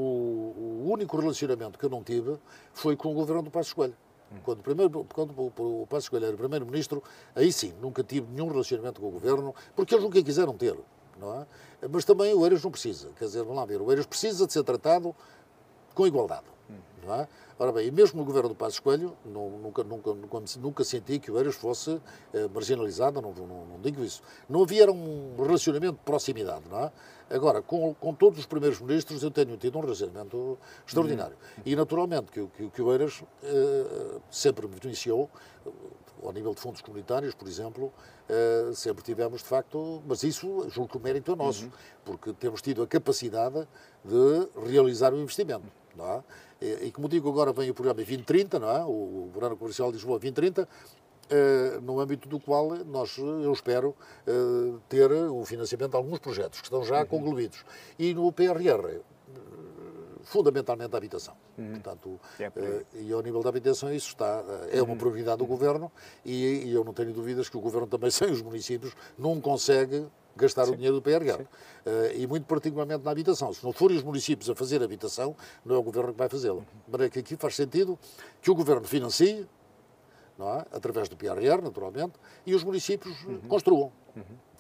o único relacionamento que eu não tive foi com o governo do Passos Coelho. Quando, primeiro, quando o Passos Coelho era primeiro-ministro, aí sim, nunca tive nenhum relacionamento com o governo, porque eles nunca quiseram ter. Não é? Mas também o Oeiras não precisa, quer dizer, vamos lá ver, o Oeiras precisa de ser tratado com igualdade, não é? Ora bem, e mesmo no governo do Passos Coelho, não, nunca, nunca, nunca, nunca senti que o Oeiras fosse eh, marginalizado, não, não, não digo isso. Não havia um relacionamento de proximidade, não é? Agora, com, com todos os primeiros ministros eu tenho tido um relacionamento extraordinário. Uhum. E naturalmente que, que, que o Oeiras eh, sempre me beneficiou, ao nível de fundos comunitários, por exemplo, uh, sempre tivemos, de facto, mas isso julgo que o mérito é nosso, uhum. porque temos tido a capacidade de realizar o investimento, não é? E, e como digo, agora vem o programa vinte trinta, não é? O, o Programa Comercial de Lisboa vinte trinta, uh, no âmbito do qual nós, eu espero, uh, ter o financiamento de alguns projetos que estão já uhum. concluídos. E no P R R, fundamentalmente a habitação. Uhum. Portanto, é uh, e ao nível da habitação isso está, uh, é uma prioridade do Governo e, e eu não tenho dúvidas que o Governo também, sem os municípios, não consegue gastar Sim. o dinheiro do P R R. Uh, e muito particularmente na habitação. Se não forem os municípios a fazer habitação, não é o Governo que vai fazê-la. Uhum. Mas que aqui faz sentido que o Governo financie, não é? Através do P R R, naturalmente, e os municípios uhum. construam. Uhum.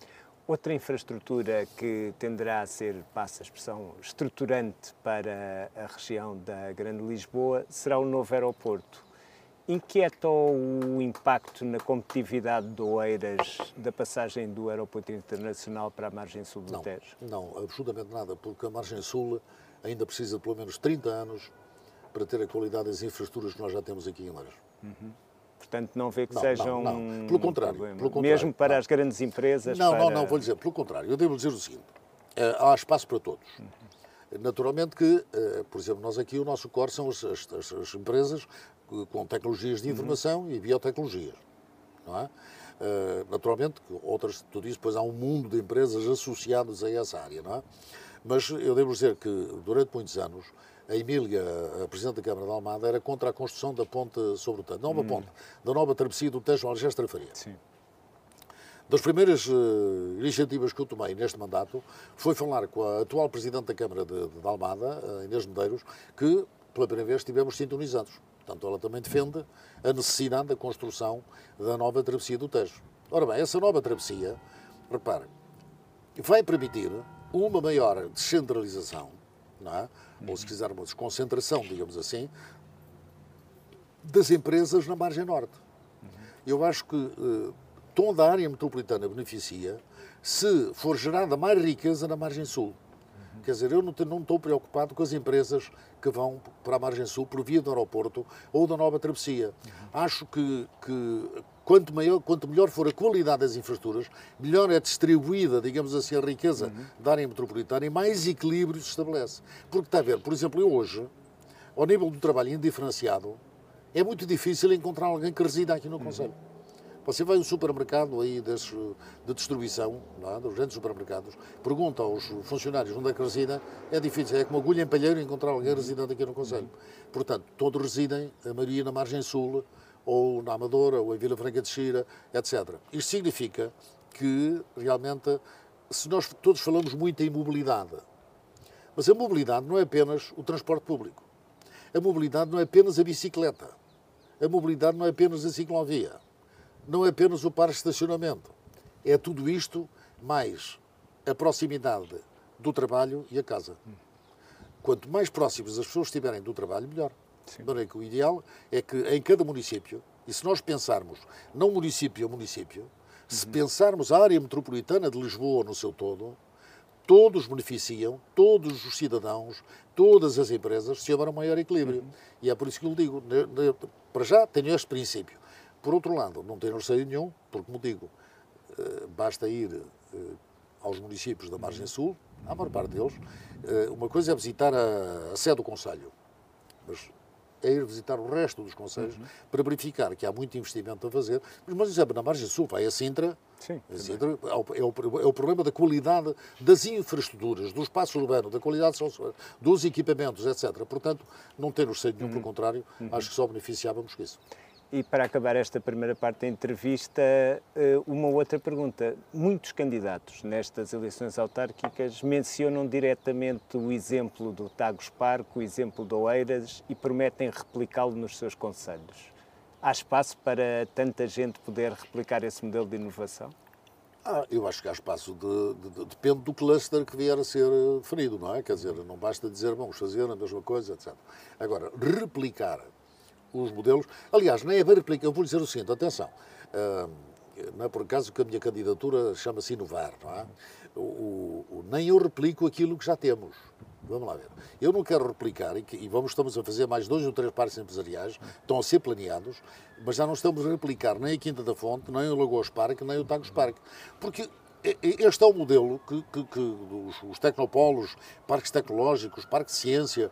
Outra infraestrutura que tenderá a ser, passa a expressão, estruturante para a região da Grande Lisboa será o novo aeroporto. Inquieta o impacto na competitividade de Oeiras da passagem do aeroporto internacional para a margem sul do não, Tejo? Não, absolutamente nada, porque a margem sul ainda precisa de pelo menos trinta anos para ter a qualidade das infraestruturas que nós já temos aqui em Oeiras. Uhum. Portanto, não vê que não, sejam não, não. Pelo contrário, um pelo contrário, mesmo para não. as grandes empresas? Não, para... não, não, vou dizer, pelo contrário. Eu devo dizer o seguinte, há espaço para todos. Naturalmente que, por exemplo, nós aqui, o nosso core são as, as, as empresas com tecnologias de informação uhum. e biotecnologias, não é? Naturalmente, outras, tu dizes, depois há um mundo de empresas associadas a essa área, não é? Mas eu devo dizer que, durante muitos anos, a Emília, a Presidente da Câmara de Almada, era contra a construção da ponte sobre o Tejo, nova hum. ponte, da nova travessia do Tejo ao Algés Trafaria. Sim. Das primeiras uh, iniciativas que eu tomei neste mandato foi falar com a atual Presidente da Câmara de, de Almada, a Inês Medeiros, que pela primeira vez estivemos sintonizados. Portanto, ela também defende a necessidade da construção da nova travessia do Tejo. Ora bem, essa nova travessia, reparem, vai permitir uma maior descentralização, não é? Ou se quisermos, concentração, digamos assim, das empresas na margem norte. Eu acho que uh, toda a área metropolitana beneficia se for gerada mais riqueza na margem sul. Uhum. Quer dizer, eu não, te, não estou preocupado com as empresas que vão para a margem sul por via do aeroporto ou da nova travessia. Uhum. Acho que, que quanto, maior, quanto melhor for a qualidade das infraestruturas, melhor é distribuída, digamos assim, a riqueza uhum. da área metropolitana e mais equilíbrio se estabelece. Porque está a ver, por exemplo, eu hoje, ao nível do trabalho indiferenciado, é muito difícil encontrar alguém que resida aqui no Conselho. Uhum. Você vai a um supermercado aí desses, de distribuição, não é? Dos grandes supermercados, pergunta aos funcionários onde é que residem, é difícil, é como agulha em palheiro encontrar alguém residente aqui no Conselho. Portanto, todos residem, a maioria na margem sul, ou na Amadora, ou em Vila Franca de Xira, etcétera. Isto significa que, realmente, se nós todos falamos muito em mobilidade, mas a mobilidade não é apenas o transporte público. A mobilidade não é apenas a bicicleta. A mobilidade não é apenas a ciclovia. Não é apenas o parque de estacionamento. É tudo isto, mais a proximidade do trabalho e a casa. Quanto mais próximos as pessoas estiverem do trabalho, melhor. De maneira que o ideal é que em cada município, e se nós pensarmos não município a município, uhum. se pensarmos a área metropolitana de Lisboa no seu todo, todos beneficiam, todos os cidadãos, todas as empresas, se houver um maior equilíbrio. Uhum. E é por isso que eu digo, para já tenho este princípio. Por outro lado, não tenho receio nenhum, porque, como digo, basta ir aos municípios da margem sul, à maior parte deles. Uma coisa é visitar a, a sede do Conselho, mas é ir visitar o resto dos concelhos uhum. para verificar que há muito investimento a fazer. Mas, por exemplo, na margem sul vai a Sintra. Sim, a Sintra é, o, é, o, é o problema da qualidade das infraestruturas, do espaço urbano, da qualidade social, dos equipamentos, etcétera. Portanto, não tenho receio nenhum, uhum. pelo contrário, uhum. acho que só beneficiávamos com isso. E para acabar esta primeira parte da entrevista, uma outra pergunta. Muitos candidatos nestas eleições autárquicas mencionam diretamente o exemplo do Tagus Parque, o exemplo de Oeiras e prometem replicá-lo nos seus concelhos. Há espaço para tanta gente poder replicar esse modelo de inovação? Ah, eu acho que há espaço, de, de, de, depende do cluster que vier a ser definido, não é? Quer dizer, não basta dizer, vamos fazer a mesma coisa, etcétera. Agora, replicar os modelos. Aliás, nem é bem replicar. Eu vou dizer o seguinte, atenção, uh, não é por acaso que a minha candidatura chama-se Inovar, não é? O, o, nem eu replico aquilo que já temos. Vamos lá ver. Eu não quero replicar, e, que, e vamos, estamos a fazer mais dois ou três parques empresariais, estão a ser planeados, mas já não estamos a replicar nem a Quinta da Fonte, nem o Lagoas Parque, nem o Tagus Parque. Porque este é o modelo que, que, que os, os tecnopolos, parques tecnológicos, parques de ciência,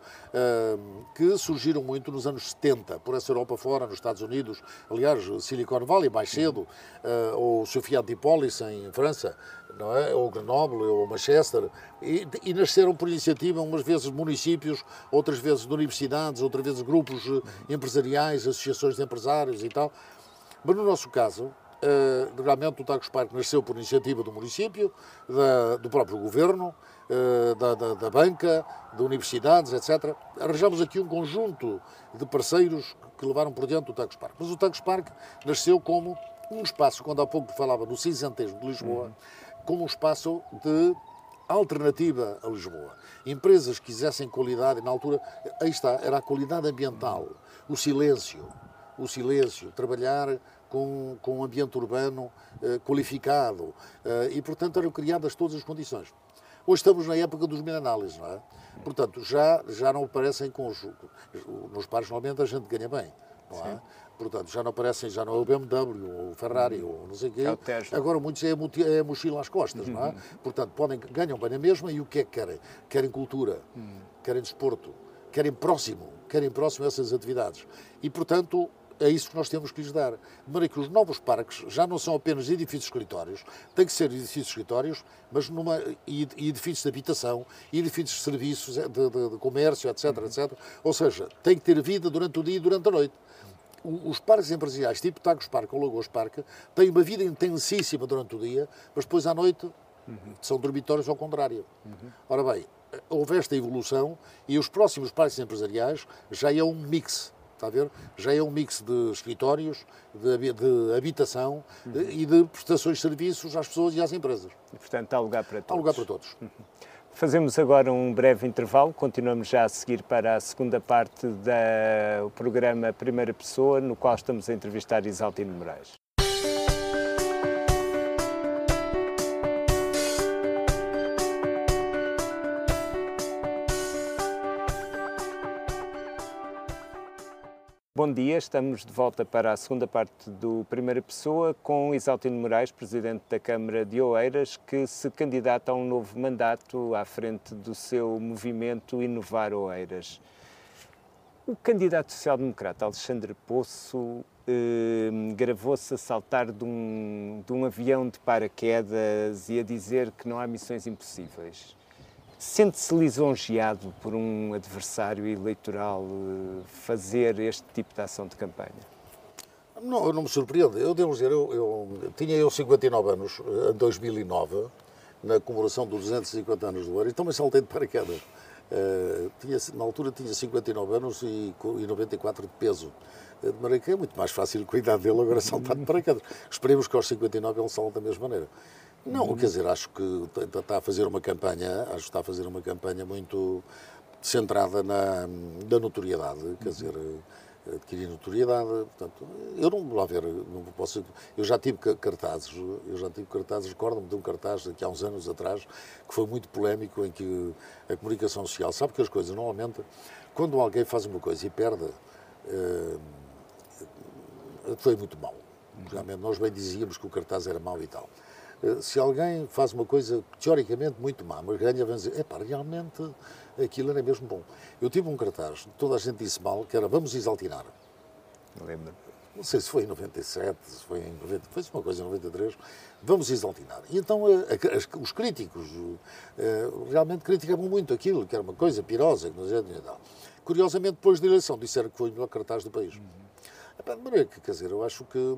uh, que surgiram muito nos anos setenta, por essa Europa fora, nos Estados Unidos, aliás, Silicon Valley mais cedo, uh, ou Sofia Antipolis em França, não é? Ou Grenoble, ou Manchester, e, e nasceram por iniciativa, umas vezes municípios, outras vezes de universidades, outras vezes grupos empresariais, associações de empresários e tal. Mas no nosso caso, Uh, realmente o Tagus Parque nasceu por iniciativa do município, da, do próprio governo, uh, da, da, da banca, de universidades, etcétera. Arranjamos aqui um conjunto de parceiros que levaram por diante o Tagus Parque. Mas o Tagus Parque nasceu como um espaço, quando há pouco falava do cinzentejo de Lisboa, uhum. como um espaço de alternativa a Lisboa. Empresas que quisessem qualidade, e na altura, aí está, era a qualidade ambiental, o silêncio, o silêncio, trabalhar com, com um ambiente urbano eh, qualificado eh, e, portanto, eram criadas todas as condições. Hoje estamos na época dos meta-análises, não é? Portanto, já, já não aparecem com os... Nos pares, normalmente, a gente ganha bem. não é? Portanto, já não aparecem, já não é o B M W, ou o Ferrari, uhum. ou não sei o quê. É o Tesla. Agora muitos é a, é a mochila às costas, uhum. não é? Portanto, podem, ganham bem na mesma e o que é que querem? Querem cultura, uhum. querem desporto, querem próximo, querem próximo essas atividades. E, portanto, é isso que nós temos que lhes dar. De maneira que os novos parques já não são apenas edifícios escritórios, têm que ser edifícios escritórios, mas numa, e edifícios de habitação, e edifícios de serviços, de, de, de comércio, etc, uhum. etcétera. Ou seja, tem que ter vida durante o dia e durante a noite. Os parques empresariais, tipo Tagus Parque ou Lagoas Parque, têm uma vida intensíssima durante o dia, mas depois à noite uhum. são dormitórios ao contrário. Uhum. Ora bem, houve esta evolução e os próximos parques empresariais já é um mix, está a ver? Já é um mix de escritórios, de, de habitação uhum. de, e de prestações de serviços às pessoas e às empresas. E, portanto, há lugar para todos. Há lugar para todos. Uhum. Fazemos agora um breve intervalo, continuamos já a seguir para a segunda parte do programa Primeira Pessoa, no qual estamos a entrevistar Isaltino Moraes. Bom dia, estamos de volta para a segunda parte do Primeira Pessoa com Isaltino Moraes, Presidente da Câmara de Oeiras, que se candidata a um novo mandato à frente do seu movimento Inovar Oeiras. O candidato social-democrata Alexandre Poço eh, gravou-se a saltar de um, de um avião de paraquedas e a dizer que não há missões impossíveis. Sente-se lisonjeado por um adversário eleitoral fazer este tipo de ação de campanha? Não, não me surpreende. Eu devo dizer, eu, eu tinha eu cinquenta e nove anos em dois mil e nove, na comemoração dos duzentos e cinquenta anos do Oeiras, então me saltei de paraquedas. Uh, tinha, na altura tinha cinquenta e nove anos e, e noventa e quatro de peso. De maneira que é muito mais fácil cuidar dele agora saltar de paraquedas. Esperemos que aos cinquenta e nove ele salte da mesma maneira. Não, quer dizer, acho que está a fazer uma campanha, acho que está a fazer uma campanha muito centrada na, na notoriedade, quer dizer, adquirir notoriedade, portanto, eu não, lá ver, não posso, eu já tive cartazes, eu já tive cartazes, recordo-me de um cartaz daqui há uns anos atrás, que foi muito polémico, em que a comunicação social, sabe que as coisas, normalmente, quando alguém faz uma coisa e perde, eh, foi muito mau, realmente, nós bem dizíamos que o cartaz era mau e tal. Se alguém faz uma coisa teoricamente muito má, mas ganha, vamos dizer, epá, realmente aquilo era mesmo bom. Eu tive um cartaz, toda a gente disse mal, que era vamos exaltinar. Lembro. Não sei se foi em noventa e sete, se foi em noventa, foi uma coisa em noventa e três, vamos exaltinar. E então os críticos realmente criticavam muito aquilo, que era uma coisa pirosa, que não sei, não. Curiosamente, depois da eleição, disseram que foi o melhor cartaz do país. Uhum. Epá, de maneira que, quer dizer, eu acho que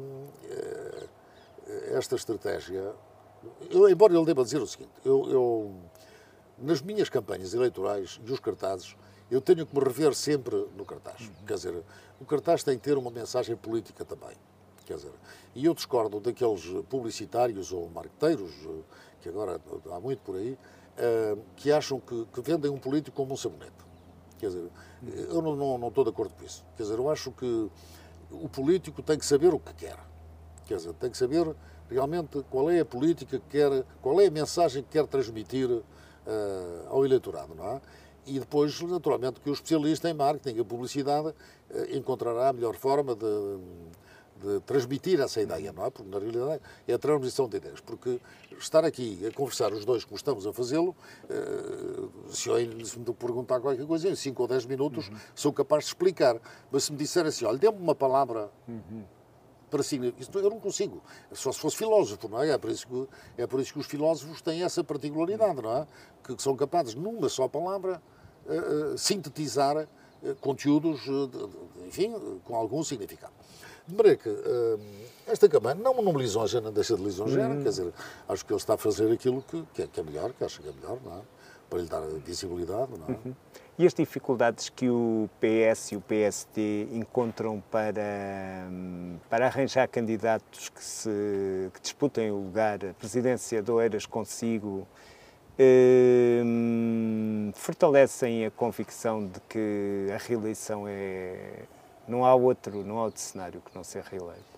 esta estratégia... Eu, embora ele deva dizer o seguinte, eu, eu, nas minhas campanhas eleitorais e os cartazes, eu tenho que me rever sempre no cartaz. Uhum. Quer dizer, o cartaz tem que ter uma mensagem política também. Quer dizer, e eu discordo daqueles publicitários ou marqueteiros, que agora há muito por aí, que acham que, que vendem um político como um sabonete. Quer dizer, eu não, não, não estou de acordo com isso. Quer dizer, eu acho que o político tem que saber o que quer. Quer dizer, tem que saber realmente qual é a política que quer, qual é a mensagem que quer transmitir uh, ao eleitorado, não é? E depois, naturalmente, que o especialista em marketing e publicidade uh, encontrará a melhor forma de, de transmitir essa ideia, não é? Porque, na realidade, é a transmissão de ideias. Porque estar aqui a conversar os dois como estamos a fazê-lo, uh, se eu se me perguntar qualquer coisa, em cinco ou dez minutos uhum. sou capaz de explicar. Mas se me disser assim, olha, dê-me uma palavra... Uhum. Para significar, eu não consigo, só se fosse filósofo, não é? É por isso que, é por isso que os filósofos têm essa particularidade, não é? Que, que são capazes, numa só palavra, uh, uh, sintetizar uh, conteúdos, uh, de, de, enfim, uh, com algum significado. De maneira que uh, esta campanha não, não me lisonja, não deixa de lisonjear, uhum. quer dizer, acho que ele está a fazer aquilo que, que, é, que é melhor, que acha que é melhor, não é? Para lhe dar visibilidade, não é? Uhum. E as dificuldades que o P S e o P S D encontram para, para arranjar candidatos que, se, que disputem o lugar, a presidência de Oeiras consigo, eh, fortalecem a convicção de que a reeleição é... Não há outro, não há outro cenário que não ser reeleito?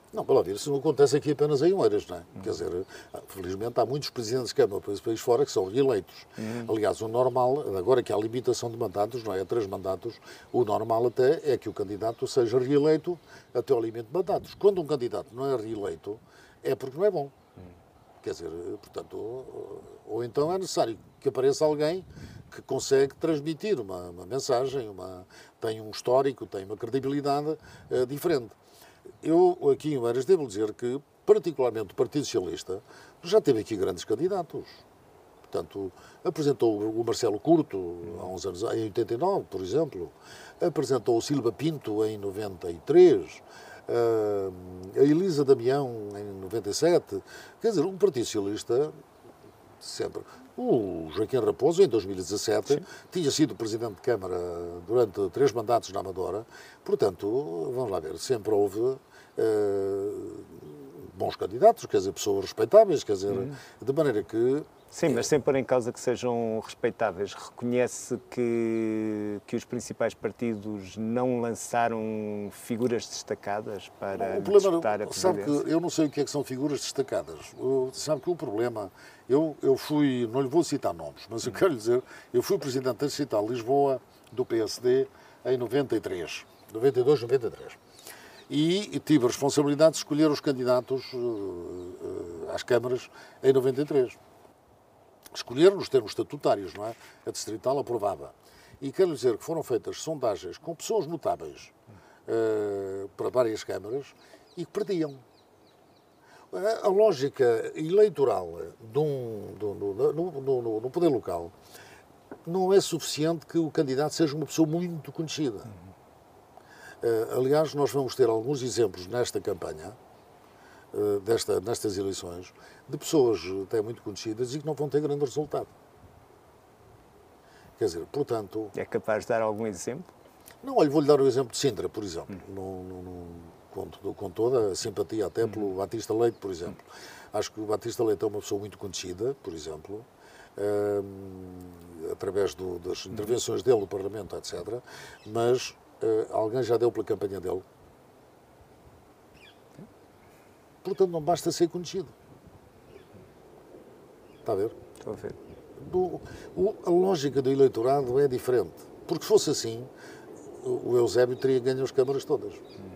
Não, para lá ver, isso não acontece aqui apenas em Oeiras, não é? Uhum. Quer dizer, felizmente há muitos presidentes de Câmara para esse país fora que são reeleitos. Uhum. Aliás, o normal, agora que há limitação de mandatos, não é? A três mandatos, o normal até é que o candidato seja reeleito até ao limite de mandatos. Quando um candidato não é reeleito, é porque não é bom. Uhum. Quer dizer, portanto, ou, ou então é necessário que apareça alguém que consegue transmitir uma, uma mensagem, uma, tem um histórico, tem uma credibilidade uh, diferente. Eu, aqui em Oeiras, devo dizer que, particularmente o Partido Socialista, já teve aqui grandes candidatos. Portanto, apresentou o Marcelo Curto, há uns anos, em oitenta e nove, por exemplo. Apresentou o Silva Pinto, em noventa e três. A Elisa Damião, em noventa e sete. Quer dizer, um Partido Socialista, sempre. O Joaquim Raposo, em dois mil e dezassete, sim, tinha sido Presidente de Câmara durante três mandatos na Amadora. Portanto, vamos lá ver, sempre houve uh, bons candidatos, quer dizer, pessoas respeitáveis, quer dizer, uhum, de maneira que... Sim, mas sem pôr em causa que sejam respeitáveis. Reconhece que, que os principais partidos não lançaram figuras destacadas para o problema, disputar a presidência? Sabe que eu não sei o que é que são figuras destacadas. Eu, sabe que o problema... Eu, eu fui, não lhe vou citar nomes, mas eu quero lhe dizer, eu fui Presidente da Distrital de Lisboa, do P S D, em noventa e três, noventa e dois, noventa e três. E tive a responsabilidade de escolher os candidatos uh, uh, às câmaras em noventa e três. Escolher nos termos estatutários, não é? A Distrital aprovava. E quero lhe dizer que foram feitas sondagens com pessoas notáveis uh, para várias câmaras e que perdiam. A lógica eleitoral de um, de um, no, no, no, no poder local não é suficiente que o candidato seja uma pessoa muito conhecida. Uh, aliás, nós vamos ter alguns exemplos nesta campanha, uh, desta, nestas eleições, de pessoas até muito conhecidas e que não vão ter grande resultado. Quer dizer, portanto... É capaz de dar algum exemplo? Não, olha, vou-lhe dar o exemplo de Sintra, por exemplo. Hum. No, no, no, com, com toda a simpatia até pelo Batista Leite, por exemplo. Acho que o Batista Leite é uma pessoa muito conhecida, por exemplo, um, através do, das intervenções dele no Parlamento, etcétera. Mas uh, alguém já deu pela campanha dele. Portanto, não basta ser conhecido. Está a ver? Estou a ver. Do, o, a lógica do eleitorado é diferente. Porque se fosse assim, o Eusébio teria ganho as câmaras todas.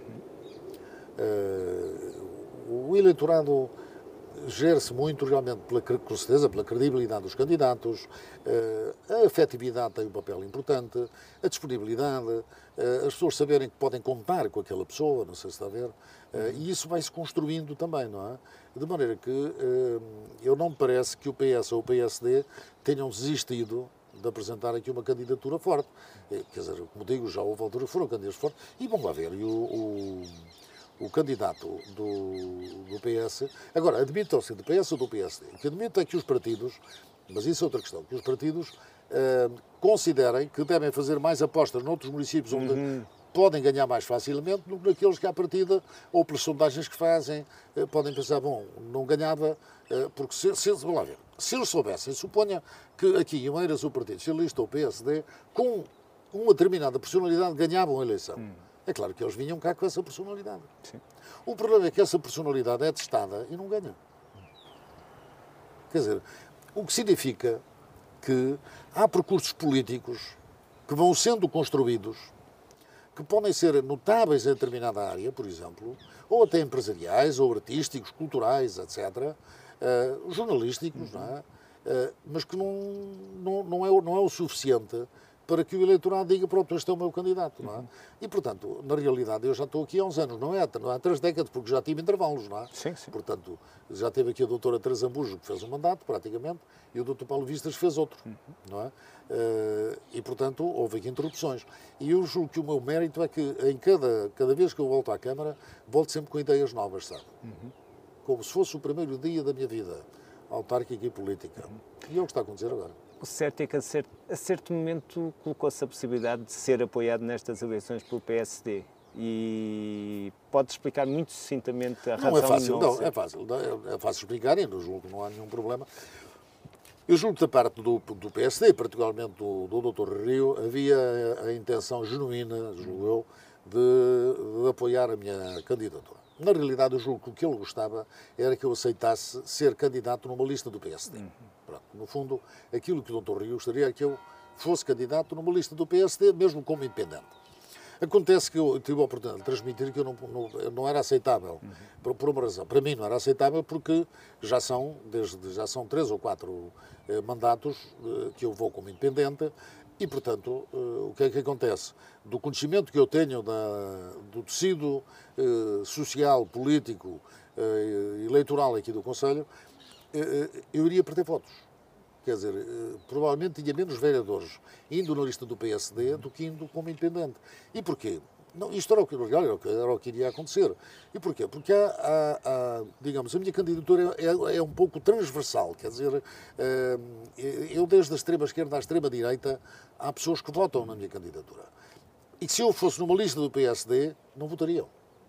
Uh, o eleitorado gera-se muito, realmente, pela, com certeza, pela credibilidade dos candidatos, uh, a afetividade tem um papel importante, a disponibilidade, uh, as pessoas saberem que podem contar com aquela pessoa, não sei se está a ver, uh, e isso vai-se construindo também, não é? De maneira que uh, eu não me parece que o P S ou o P S D tenham desistido de apresentar aqui uma candidatura forte. Quer dizer, como digo, já houve altura que foram candidatos fortes, e vamos lá ver, e o... o o candidato do, do P S... Agora, admitam-se do P S ou do P S D. O que admito é que os partidos, mas isso é outra questão, que os partidos uh, considerem que devem fazer mais apostas noutros municípios onde uhum. podem ganhar mais facilmente do que naqueles que à partida, ou pelas sondagens que fazem, uh, podem pensar, bom, não ganhava, uh, porque se, se, vamos lá ver, se eles soubessem, suponha que aqui em Oeiras o Partido Socialista ou o P S D, com uma determinada personalidade, ganhavam a eleição. Hum. É claro que eles vinham cá com essa personalidade. Sim. O problema é que essa personalidade é testada e não ganha. Quer dizer, o que significa que há percursos políticos que vão sendo construídos, que podem ser notáveis em determinada área, por exemplo, ou até empresariais, ou artísticos, culturais, etcétera, uh, jornalísticos, uhum. não é? Uh, mas que não, não, não, é, não é o suficiente para que o eleitorado diga, pronto, este é o meu candidato, não é? Uhum. E, portanto, na realidade, eu já estou aqui há uns anos, não é? Não há três décadas, porque já tive intervalos, não é? Sim, sim. Portanto, já teve aqui a doutora Teresa Ambujo, que fez um mandato, praticamente, e o doutor Paulo Vistas fez outro, uhum. não é? Uh, e, portanto, houve aqui interrupções. E eu julgo que o meu mérito é que, em cada, cada vez que eu volto à Câmara, volto sempre com ideias novas, sabe? Uhum. Como se fosse o primeiro dia da minha vida, autárquica e política. Uhum. E é o que está a acontecer agora. O certo é que a certo, a certo momento colocou-se a possibilidade de ser apoiado nestas eleições pelo P S D. E pode explicar muito sucintamente a razão... Não é fácil, não, não, é fácil. É fácil explicar e não julgo que não há nenhum problema. Eu julgo que da parte do, do P S D, particularmente do, do doutor Rio, havia a, a intenção genuína, julgo eu, de, de apoiar a minha candidatura. na realidade, eu julgo que o que ele gostava era que eu aceitasse ser candidato numa lista do P S D. Uhum. Pronto, no fundo, aquilo que o doutor Rio gostaria é que eu fosse candidato numa lista do P S D, mesmo como independente. Acontece que eu tive a oportunidade de transmitir que eu não, não, não era aceitável, uhum. por, por uma razão. Para mim não era aceitável porque já são, desde, já são três ou quatro eh, mandatos eh, que eu vou como independente e, portanto, eh, o que é que acontece? Do conhecimento que eu tenho da, do tecido eh, social, político, eh, eleitoral aqui do Conselho, eh, eu iria perder votos. Quer dizer, provavelmente tinha menos vereadores indo na lista do P S D do que indo como independente. E porquê? Não, isto era o, que, era, o que, era o que iria acontecer. E porquê? Porque, há, há, há, digamos, a minha candidatura é, é um pouco transversal. Quer dizer, eu desde a extrema-esquerda à extrema-direita, há pessoas que votam na minha candidatura. E que se eu fosse numa lista do P S D, não votariam.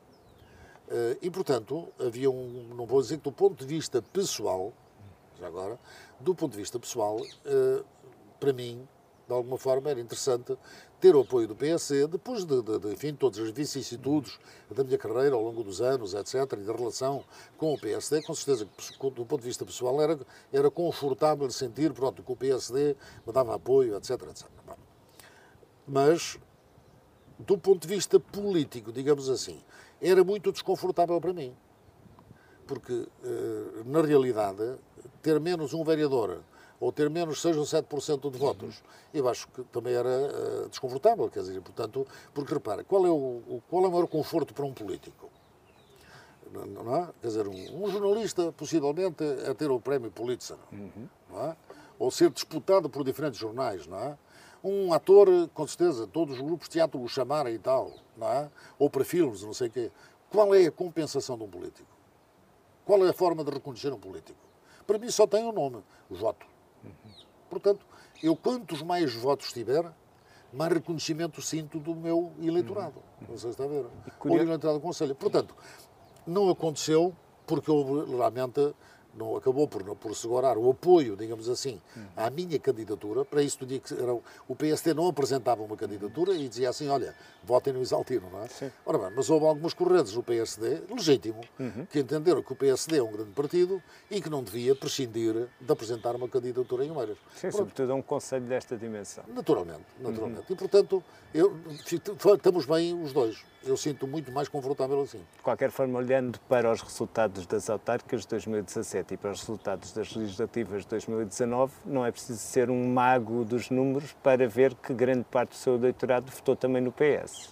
E, portanto, havia um, não vou dizer que do ponto de vista pessoal, já agora, do ponto de vista pessoal, para mim, de alguma forma, era interessante ter o apoio do P S D, depois de, de, de enfim, todas as vicissitudes da minha carreira ao longo dos anos, etcétera, e da relação com o P S D, com certeza que, do ponto de vista pessoal, era, era confortável sentir, pronto, que o P S D me dava apoio, etcétera, etcétera. Mas, do ponto de vista político, digamos assim, era muito desconfortável para mim. Porque, na realidade, ter menos um vereador ou ter menos seis ou sete por cento de votos, eu acho que também era uh, desconfortável, quer dizer, portanto, porque repara, qual é o, o, qual é o maior conforto para um político? Não, não é? Quer dizer, um, um jornalista, possivelmente, é ter o prémio Pulitzer, uhum. não é? Ou ser disputado por diferentes jornais, não é? Um ator, com certeza, todos os grupos de teatro o chamarem e tal, não é? Ou para filmes, não sei o quê. Qual é a compensação de um político? Qual é a forma de reconhecer um político? Para mim só tem um nome, o voto. Uhum. Portanto, eu quantos mais votos tiver, mais reconhecimento sinto do meu eleitorado. Uhum. Não sei se está a ver. Ou o eleitorado do Conselho. Portanto, não aconteceu porque houve, realmente, não acabou por, por segurar o apoio, digamos assim, uhum. à minha candidatura. Para isso, dia que era, o P S D não apresentava uma candidatura e dizia assim, olha, votem no Isaltino, não é? Sim. Ora bem, mas houve algumas correntes no P S D, legítimo, uhum. que entenderam que o P S D é um grande partido e que não devia prescindir de apresentar uma candidatura em Oeiras. Sim, sobretudo a um conselho desta dimensão. Naturalmente, naturalmente. Uhum. E, portanto, eu, estamos bem os dois. Eu sinto muito mais confortável assim. De qualquer forma, olhando para os resultados das autárquicas de dois mil e dezassete e para os resultados das legislativas de dois mil e dezanove, não é preciso ser um mago dos números para ver que grande parte do seu eleitorado votou também no P S.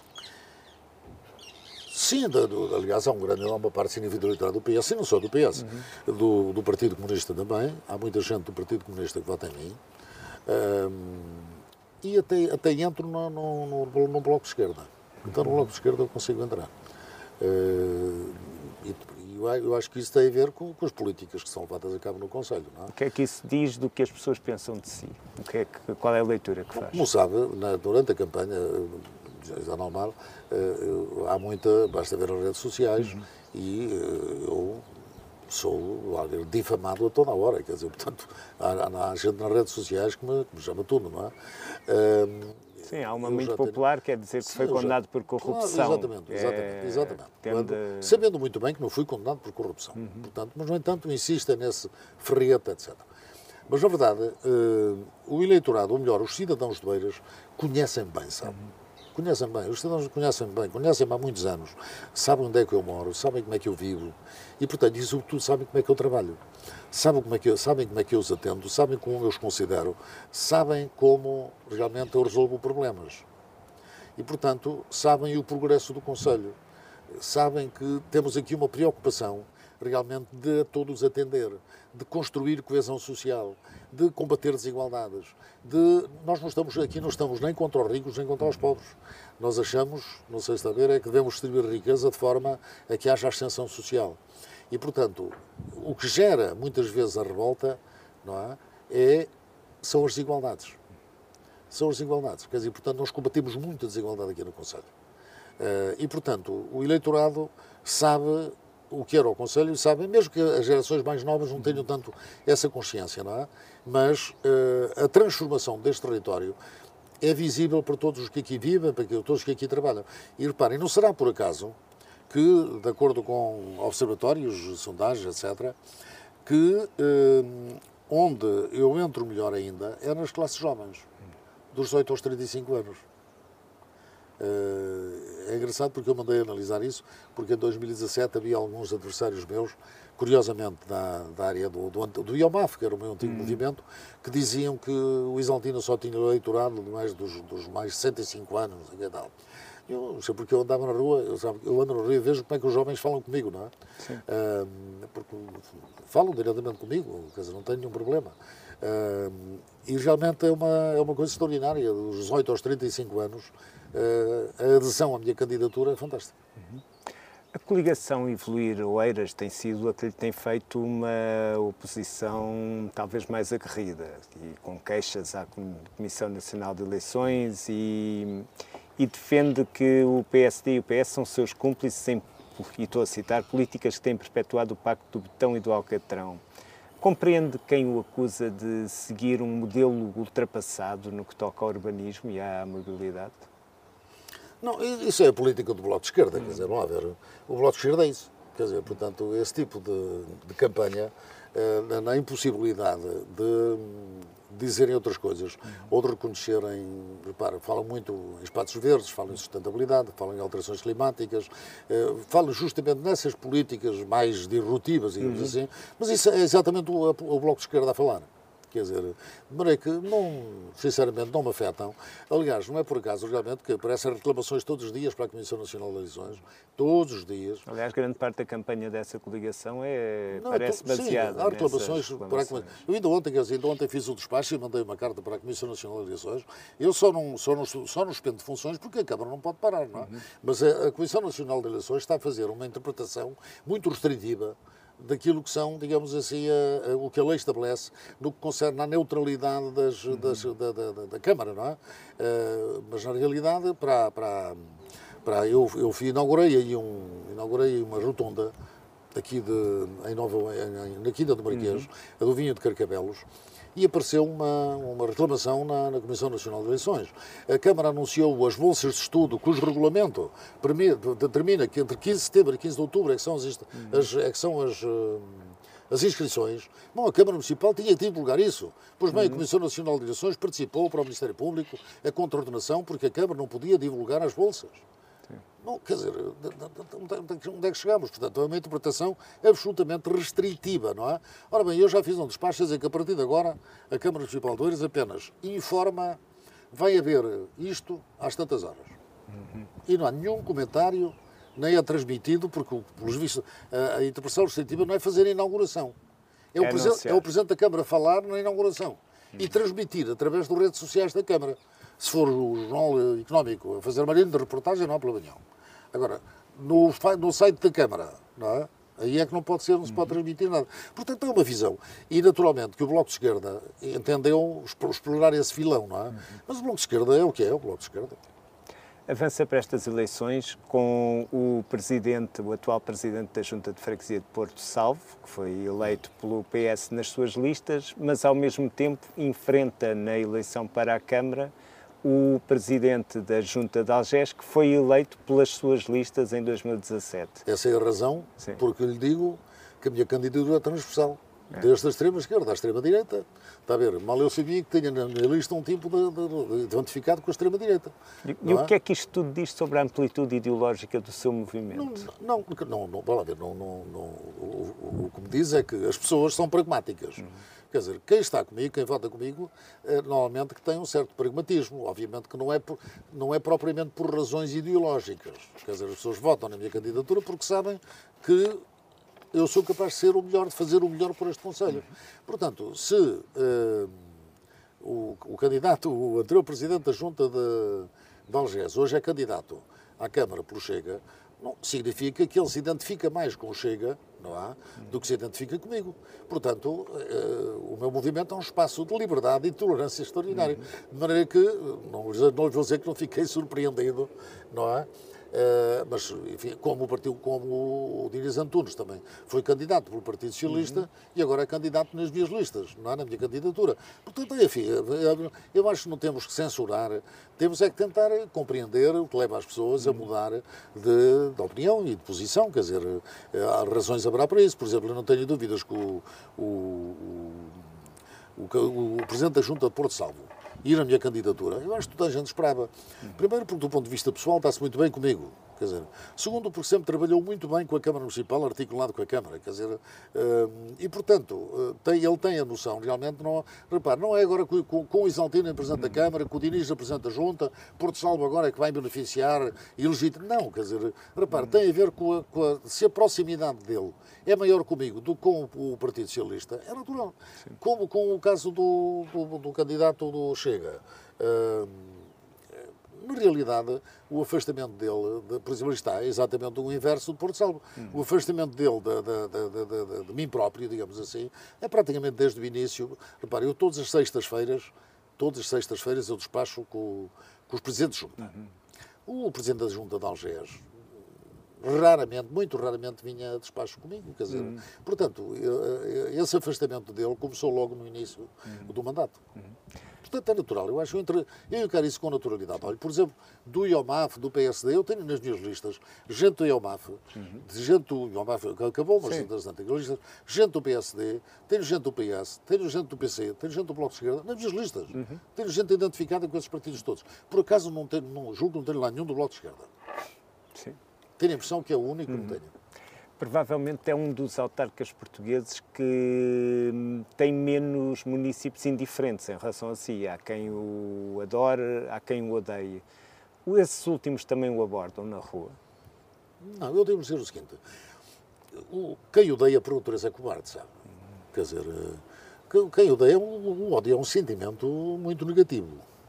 Sim, do, do, aliás, há um grande, há uma parte significativa do eleitorado do P S, e não só do P S, uhum. do, do Partido Comunista também. Há muita gente do Partido Comunista que vota em mim. Um, e até, até entro no, no, no, no Bloco de Esquerda. Então, no Bloco de Esquerda eu consigo entrar. Uh, e eu acho que isso tem a ver com, com as políticas que são levadas a cabo no Conselho. Não é? O que é que isso diz do que as pessoas pensam de si? O que é que, qual é a leitura que faz? Como sabe, na, durante a campanha, já normal, uh, há muita, basta ver as redes sociais, uhum. e uh, eu sou olha, difamado a toda a hora. Quer dizer, portanto, há, há gente nas redes sociais que me, que me chama tudo, não é? Uh, Sim, há uma muito popular, tenho... quer dizer que Sim, foi condenado já... por corrupção. Claro, exatamente, exatamente. É... exatamente. Quando, sabendo muito bem que não fui condenado por corrupção. Uhum. Portanto, mas, no entanto, insista nesse ferreta, etcétera. Mas, na verdade, uh, o eleitorado, ou melhor, os cidadãos de Oeiras, conhecem bem, sabe? Uhum. Conhecem bem, os cidadãos conhecem bem, conhecem-me há muitos anos, sabem onde é que eu moro, sabem como é que eu vivo e, portanto, e sobretudo sabem como é que eu trabalho. Sabem como, é que eu, sabem como é que eu os atendo, sabem como eu os considero, sabem como realmente eu resolvo problemas. E, portanto, sabem o progresso do Conselho. Sabem que temos aqui uma preocupação realmente de a todos atender, de construir coesão social, de combater desigualdades. De, nós não estamos aqui, não estamos nem contra os ricos, nem contra os pobres. Nós achamos, não sei se está a ver, é que devemos distribuir riqueza de forma a que haja ascensão social. E, portanto, o que gera muitas vezes a revolta, não é, é são as desigualdades. São as desigualdades. Quer dizer, portanto, nós combatemos muito a desigualdade aqui no Conselho. E, portanto, o eleitorado sabe o que era o Conselho, sabem, mesmo que as gerações mais novas não tenham tanto essa consciência, não é? Mas uh, a transformação deste território é visível para todos os que aqui vivem, para todos os que aqui trabalham. E reparem, não será por acaso que, de acordo com observatórios, sondagens, etcétera, que eh, onde eu entro melhor ainda é nas classes jovens, dos dezoito aos trinta e cinco anos. É engraçado porque eu mandei analisar isso, porque em dois mil e dezassete havia alguns adversários meus, curiosamente da, da área do, do, do I O M A F, que era o meu antigo hum. movimento, que diziam que o Isaltino só tinha eleitorado de mais dos, dos mais sessenta e cinco anos e tal. Eu não sei porque eu andava na rua, eu, sabe, eu ando na rua e vejo como é que os jovens falam comigo, não é? Sim. Uh, porque falam diretamente comigo, quer dizer, não tenho nenhum problema. Uh, e realmente é uma, é uma coisa extraordinária, dos dezoito aos trinta e cinco anos, uh, a adesão à minha candidatura é fantástica. Uhum. A coligação Evoluir Oeiras tem sido a que lhe tem feito uma oposição talvez mais aguerrida, e com queixas à Comissão Nacional de Eleições, e, e defende que o P S D e o P S são seus cúmplices em, e estou a citar, políticas que têm perpetuado o Pacto do Betão e do Alcatrão. Compreende quem o acusa de seguir um modelo ultrapassado no que toca ao urbanismo e à mobilidade? Não, isso é a política do Bloco de Esquerda, hum. quer dizer, não há a ver. O Bloco de Esquerda é isso. Quer dizer, portanto, esse tipo de, de campanha, eh, na impossibilidade de dizerem outras coisas, hum. ou de reconhecerem, repara, falam muito em espaços verdes, falam em sustentabilidade, falam em alterações climáticas, eh, falam justamente nessas políticas mais disruptivas, digamos hum. assim, mas isso é exatamente o, o Bloco de Esquerda a falar. Quer dizer, de maneira que, não, sinceramente, não me afetam. Aliás, não é por acaso, realmente, que aparecem reclamações todos os dias para a Comissão Nacional de Eleições, todos os dias. Aliás, grande parte da campanha dessa coligação é, não, parece baseada sim, há reclamações. reclamações. Para a, eu ainda ontem, quer dizer, ainda ontem fiz o despacho e mandei uma carta para a Comissão Nacional de Eleições. Eu só não, só não, só não suspendo funções porque a Câmara não pode parar, não é? Uhum. Mas a, a Comissão Nacional de Eleições está a fazer uma interpretação muito restritiva daquilo que são, digamos assim, a, a, o que a lei estabelece no que concerne à neutralidade das, uhum. das, da, da, da Câmara, não é? Uh, mas, na realidade, para, para, para, eu, eu inaugurei, aí um, inaugurei uma rotunda aqui de, em Nova, em, na Quinta do Marquês, uhum. a do Vinho de Carcavelos, e apareceu uma, uma reclamação na, na Comissão Nacional de Eleições. A Câmara anunciou as bolsas de estudo, cujo regulamento permite, determina que entre quinze de setembro e quinze de outubro é que são as, as, é que são as, as inscrições. Bom, a Câmara Municipal tinha que divulgar isso. Pois bem, a Comissão Nacional de Eleições participou para o Ministério Público a contraordenação porque a Câmara não podia divulgar as bolsas. Não, quer dizer, onde é que chegamos? Portanto, é uma interpretação absolutamente restritiva, não é? Ora bem, eu já fiz um despacho a dizer que a partir de agora a Câmara Municipal de Oeiras apenas informa, vai haver isto às tantas horas. Uhum. E não há nenhum comentário, nem é transmitido, porque, pelos vistos, a, a interpretação restritiva não é fazer a inauguração. É o, é, presidente, é o Presidente da Câmara falar na inauguração uhum. e transmitir através das redes sociais da Câmara. Se for o Jornal Económico a fazer uma linha de reportagem, não há problema nenhum. Agora, no, no site da Câmara, não é? Aí é que não pode ser, não se pode transmitir nada. Portanto, é uma visão. E, naturalmente, que o Bloco de Esquerda entendeu explorar esse filão, não é? Mas o Bloco de Esquerda é o que é, o Bloco de Esquerda. Avança para estas eleições com o presidente, o atual presidente da Junta de Freguesia de Porto Salvo, que foi eleito pelo P S nas suas listas, mas, ao mesmo tempo, enfrenta na eleição para a Câmara o presidente da Junta de Algés, que foi eleito pelas suas listas em dois mil e dezassete. Essa é a razão, Sim. porque lhe digo que a minha candidatura é transversal, é. desde a extrema-esquerda à extrema-direita. Está a ver? Mal eu sabia que tinha na minha lista um tipo de, de, de identificado com a extrema-direita. E, e o que é que isto tudo diz sobre a amplitude ideológica do seu movimento? Não, não, não, não, não, ver, não, não, não o, o, o que me diz é que as pessoas são pragmáticas. Uhum. Quer dizer, quem está comigo, quem vota comigo, é, normalmente que tem um certo pragmatismo. Obviamente que não é, por, não é propriamente por razões ideológicas. Quer dizer, as pessoas votam na minha candidatura porque sabem que eu sou capaz de ser o melhor, de fazer o melhor por este Conselho. Portanto, se uh, o, o candidato, o anterior presidente da Junta de, de Algés, hoje é candidato à Câmara pelo Chega, não significa que ele se identifica mais com o Chega, não há, do que se identifica comigo. Portanto, uh, o meu movimento é um espaço de liberdade e de tolerância extraordinário. De maneira que, não, não lhe vou dizer que não fiquei surpreendido, não é? Uh, mas, enfim, como o partido, como o Diniz Antunes também foi candidato pelo Partido Socialista, uhum, e agora é candidato nas minhas listas, não é na minha candidatura. Portanto, enfim, eu acho que não temos que censurar, temos é que tentar compreender o que leva as pessoas a mudar de, de opinião e de posição, quer dizer, há razões haverá para isso. Por exemplo, eu não tenho dúvidas que o, o, o, o, o Presidente da Junta de Porto Salvo ir à minha candidatura, eu acho que toda a gente esperava. Primeiro, porque do ponto de vista pessoal está-se muito bem comigo. Quer dizer, segundo, porque sempre trabalhou muito bem com a Câmara Municipal, articulado com a Câmara. Quer dizer, e, portanto, tem, ele tem a noção, realmente, não, repare, não é agora com, com, com o Isaltino em Presidente da Câmara, com o Diniz em Presidente da Junta, Porto Salvo agora é que vai beneficiar e legítimo. Não, quer dizer, repare, tem a ver com a, com a... Se a proximidade dele é maior comigo do que com o Partido Socialista, é natural. Sim. Como com o caso do, do, do candidato do Chega. Uh, Na realidade, o afastamento dele, de, por exemplo, está exatamente o inverso de Porto Salvo. Hum. O afastamento dele de, de, de, de, de, de mim próprio, digamos assim, é praticamente desde o início. Repare, eu todas as sextas-feiras, todas as sextas-feiras eu despacho com, com os presidentes de junta. Uhum. O presidente da junta de Algés, raramente, muito raramente, vinha a despacho comigo. Quer dizer, uhum, portanto, esse afastamento dele começou logo no início, uhum, do mandato. Uhum. Portanto, é natural. Eu acho, eu, eu encaro isso com naturalidade. Olha, por exemplo, do I O M A F, do P S D, eu tenho nas minhas listas gente do I O M A F, uhum, gente do I O M A F, acabou, mas das antigas listas, gente do P S D, tenho gente do P S, tenho gente do P C, tenho gente do Bloco de Esquerda, nas minhas listas. Uhum. Tenho gente identificada com esses partidos todos. Por acaso, não tenho, não, julgo que não tenho lá nenhum do Bloco de Esquerda. Sim. Tenho a impressão que é o único, uhum, que não tenho. Provavelmente é um dos autarcas portugueses que tem menos municípios indiferentes em relação a si. Há quem o adore, há quem o odeie. Esses últimos também o abordam na rua? Não, eu devo dizer o seguinte. O, quem odeia, por natureza, é cobarde, sabe? Uhum. Quer dizer, quem odeia, o, o ódio é um sentimento muito negativo.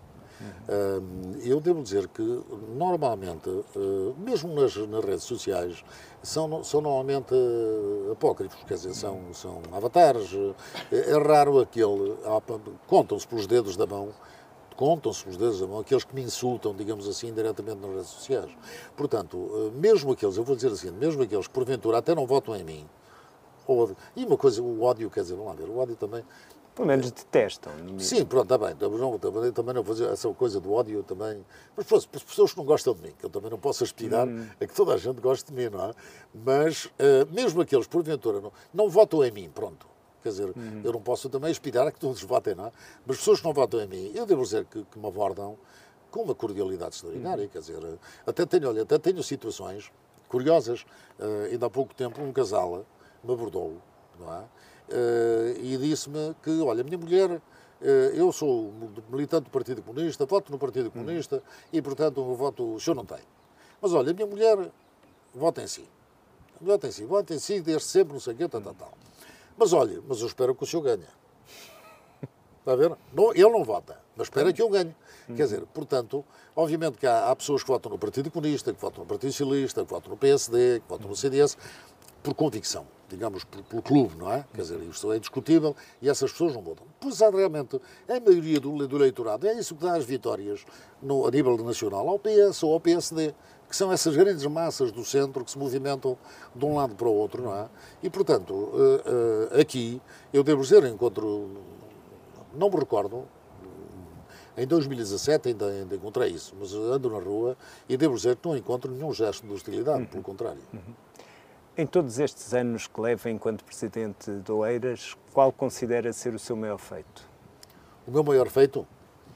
Uhum. Eu devo dizer que, normalmente, mesmo nas, nas redes sociais, são, são normalmente apócrifos, quer dizer, são, são avatares. É raro aquele, contam-se pelos dedos da mão, contam-se pelos dedos da mão aqueles que me insultam, digamos assim, diretamente nas redes sociais. Portanto, mesmo aqueles, eu vou dizer assim, mesmo aqueles que porventura até não votam em mim, ou, e uma coisa, o ódio, quer dizer, vamos lá ver, o ódio também... Pelo menos detestam. Sim, pronto, está bem. Não, também, também não vou dizer essa coisa do ódio também. Mas para as pessoas que não gostam de mim, que eu também não posso aspirar hum. a que toda a gente goste de mim, não é? Mas uh, mesmo aqueles, porventura, não, não votam em mim, pronto. Quer dizer, hum. eu não posso também aspirar a que todos votem, não é? Mas pessoas que não votam em mim, eu devo dizer que, que me abordam com uma cordialidade extraordinária. Hum. Quer dizer, até tenho, olha, até tenho situações curiosas. Uh, ainda há pouco tempo um casal me abordou, não é? Uh, e disse-me que, olha, minha mulher, uh, eu sou militante do Partido Comunista, voto no Partido Comunista, uhum, e, portanto, o voto o senhor não tem. Mas, olha, a minha mulher vota em si. Vota em si, vota em si, desde sempre, não sei o quê, tal, tal, tal. Mas, olha, mas eu espero que o senhor ganhe. Está a ver? Não, ele não vota, mas espera que eu ganhe. Uhum. Quer dizer, portanto, obviamente que há, há pessoas que votam no Partido Comunista, que votam no Partido Socialista, que votam no P S D, que votam no C D S, por convicção, digamos, pelo clube, não é? Quer dizer, isto é indiscutível e essas pessoas não votam. Pois há realmente, a maioria do, do eleitorado, é isso que dá as vitórias no, a nível nacional ao P S ou ao P S D, que são essas grandes massas do centro que se movimentam de um lado para o outro, não é? E, portanto, uh, uh, aqui, eu devo dizer, encontro, não me recordo, em dois mil e dezassete ainda, ainda encontrei isso, mas ando na rua e devo dizer que não encontro nenhum gesto de hostilidade, uhum, pelo contrário. Uhum. Em todos estes anos que leva enquanto Presidente de Oeiras, qual considera ser o seu maior feito? O meu maior feito?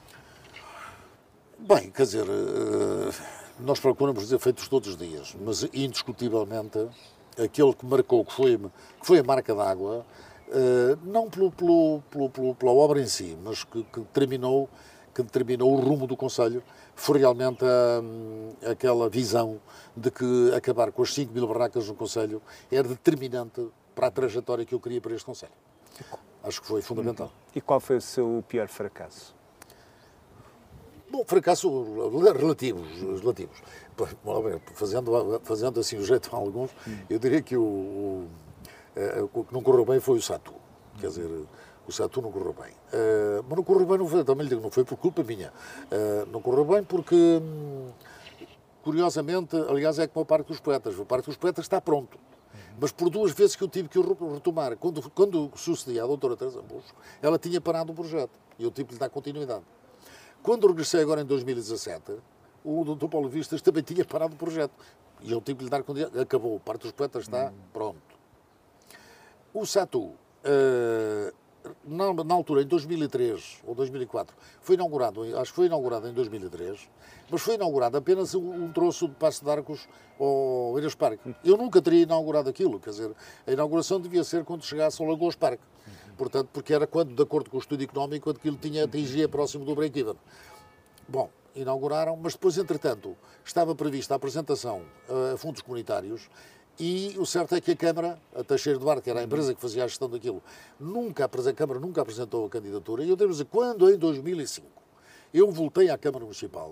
Bem, quer dizer, nós procuramos fazer feitos todos os dias, mas indiscutivelmente aquele que marcou, que foi, que foi a marca d'água, não pelo, pelo, pelo, pelo, pela obra em si, mas que, que determinou, que determinou o rumo do Conselho, foi realmente a, aquela visão de que acabar com as cinco mil barracas no Conselho era determinante para a trajetória que eu queria para este Conselho. Acho que foi fundamental. E qual foi o seu pior fracasso? Bom, fracasso relativos, relativos. Fazendo, fazendo assim o jeito a alguns, eu diria que o, o, o que não correu bem foi o Satu. Quer dizer, o Satu não correu bem. Uh, mas não correu bem, não foi, também lhe digo, não foi por culpa minha. Uh, não correu bem porque, hum, curiosamente, aliás, é como o Parque dos Poetas. O Parque dos Poetas está pronto. Mas por duas vezes que eu tive que o retomar. Quando, quando sucedia a doutora Teresa Buxo, ela tinha parado o projeto. E eu tive que lhe dar continuidade. Quando regressei agora em dois mil e dezassete, o doutor Paulo Vistas também tinha parado o projeto. E eu tive que lhe dar continuidade. Acabou. O Parque dos Poetas está pronto. O Satu, uh, na, na altura, em dois mil e três ou dois mil e quatro, foi inaugurado, acho que foi inaugurado em dois mil e três, mas foi inaugurado apenas um, um troço de Passo de Arcos ao Eiras Parque. Eu nunca teria inaugurado aquilo, quer dizer, a inauguração devia ser quando chegasse ao Lagoas Parque. Portanto, porque era quando, de acordo com o estudo económico, aquilo tinha, atingia próximo do break-even. Bom, inauguraram, mas depois, entretanto, estava prevista a apresentação a fundos comunitários. E o certo é que a Câmara, a Teixeira Duarte, que era a empresa que fazia a gestão daquilo, nunca, a Câmara nunca apresentou a candidatura. E eu devo dizer, quando em dois mil e cinco eu voltei à Câmara Municipal,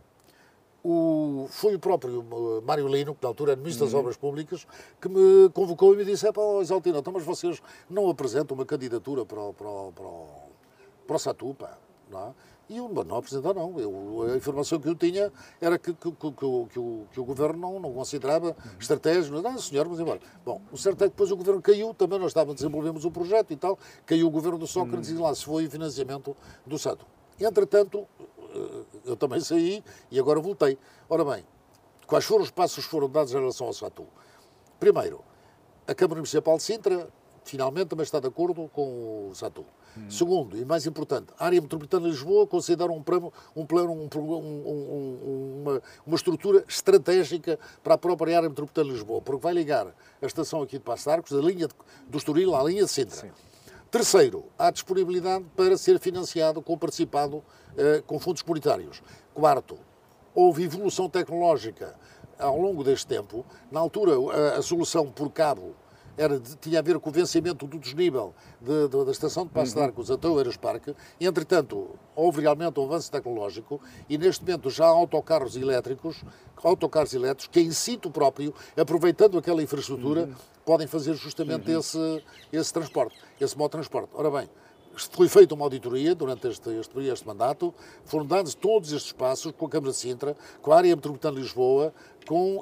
o, foi o próprio Mário Lino, que na altura era Ministro das Obras Públicas, que me convocou e me disse: é pá, oh, Exaltino, então, mas vocês não apresentam uma candidatura para o, para o, para o, para o Satu, pá, não é? E eu não apresentar, não. Eu, a informação que eu tinha era que, que, que, que, que, o, que o Governo não, não considerava estratégico. Não, senhor, vamos embora. Bom, o certo é que depois o Governo caiu, também nós estávamos, desenvolvemos o projeto e tal, caiu o Governo do Sócrates hum. e lá se foi o financiamento do Satu. Entretanto, eu também saí e agora voltei. Ora bem, quais foram os passos que foram dados em relação ao Satu? Primeiro, a Câmara Municipal de Sintra finalmente também está de acordo com o Satu. Hum. Segundo, e mais importante, a área metropolitana de Lisboa considera um plano, um plano um, um, um, uma, uma estrutura estratégica para a própria área metropolitana de Lisboa, porque vai ligar a estação aqui de Passo de Arcos, da linha de, do Estoril à linha de Sintra. Sim. Terceiro, há disponibilidade para ser financiado, com participado eh, com fundos comunitários. Quarto, houve evolução tecnológica ao longo deste tempo. Na altura, a, a solução por cabo Era, tinha a ver com o vencimento do desnível de, de, da estação de Passo de Arcos até o Eiras Parque. E, entretanto, houve realmente um avanço tecnológico e, neste momento, já há autocarros elétricos, autocarros elétricos que, em sítio próprio, aproveitando aquela infraestrutura, uhum. podem fazer justamente uhum. esse, esse transporte, esse modo de transporte. Ora bem, foi feita uma auditoria durante este, este, este mandato, foram dados todos estes passos com a Câmara de Sintra, com a área metropolitana de Lisboa, com uh,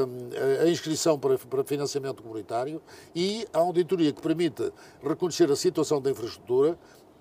a inscrição para, para financiamento comunitário e a auditoria que permite reconhecer a situação da infraestrutura,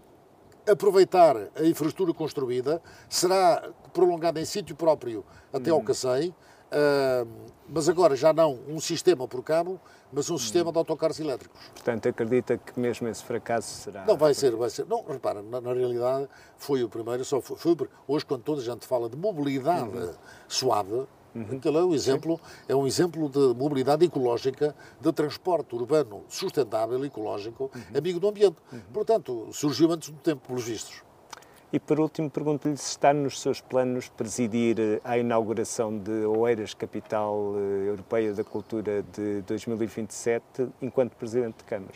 aproveitar a infraestrutura construída, será prolongada em sítio próprio até ao Cacém, uh, mas agora já não um sistema por cabo, mas um sistema de autocarros elétricos. Portanto, acredita que mesmo esse fracasso será... Não, vai ser, vai ser. Não, repara, na, na realidade foi o primeiro, só foi, foi, hoje quando toda a gente fala de mobilidade uhum. suave, uhum. aquele é um exemplo, é um exemplo de mobilidade ecológica, de transporte urbano sustentável, ecológico, uhum. amigo do ambiente. Uhum. Portanto, surgiu antes do tempo, pelos vistos. E, por último, pergunto-lhe se está nos seus planos presidir a inauguração de Oeiras, Capital Europeia da Cultura de dois mil e vinte e sete, enquanto Presidente de Câmara.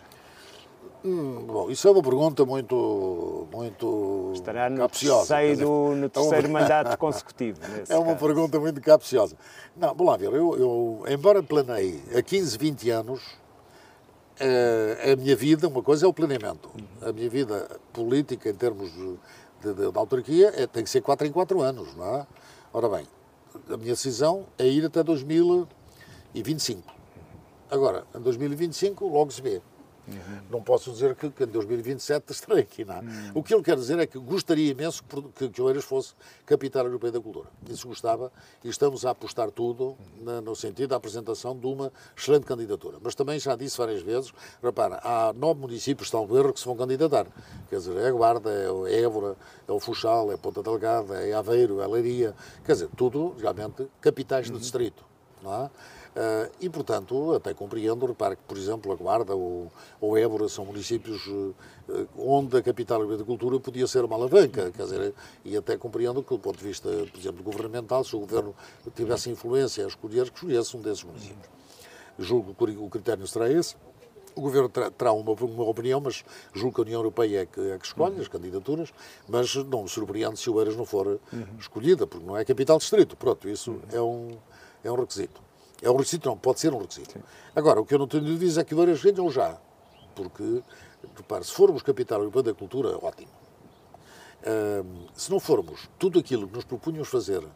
Hum, bom, isso é uma pergunta muito, muito Estará no capciosa. Terceiro, no terceiro é uma... mandato consecutivo. É uma caso. pergunta muito capciosa. Não, vamos lá ver, eu, eu embora planei há quinze, vinte anos, a, a minha vida, uma coisa é o planeamento. A minha vida política, em termos de, de, de, de autarquia, é, tem que ser quatro em quatro anos, não é? Ora bem, a minha decisão é ir até dois mil e vinte e cinco. Agora, em dois mil e vinte e cinco, logo se vê. Uhum. Não posso dizer que, que em dois mil e vinte e sete estarei aqui, não é? Uhum. O que eu quero dizer é que gostaria imenso que, que Oeiras fosse capital europeia da cultura. Isso gostava e estamos a apostar tudo na, no sentido da apresentação de uma excelente candidatura. Mas também já disse várias vezes, repara, há nove municípios, talvez, que se vão candidatar. Quer dizer, é a Guarda, é Évora, é o Funchal, é Ponta Delgada, é Aveiro, é Leiria. Quer dizer, tudo realmente capitais uhum. de distrito, não é? Uh, e, portanto, até compreendo, repare que, por exemplo, a Guarda ou, ou Évora são municípios uh, onde a capital europeia da cultura podia ser uma alavanca, quer dizer, e até compreendo que, do ponto de vista, por exemplo, governamental, se o governo tivesse influência a escolher, que escolhesse um desses municípios. Julgo que o critério será esse. O governo terá uma, uma opinião, mas julgo que a União Europeia é que, é que escolhe as candidaturas, mas não me surpreende se o Oeiras não for escolhida, porque não é capital distrito. Pronto, isso é um, é um requisito. É um requisito, não, pode ser um requisito. Sim. Agora, o que eu não tenho dúvidas é que Oeiras ganham já, porque, repare, se formos capital europeia da cultura, ótimo. Uh, se não formos, tudo aquilo que nos propunhamos fazer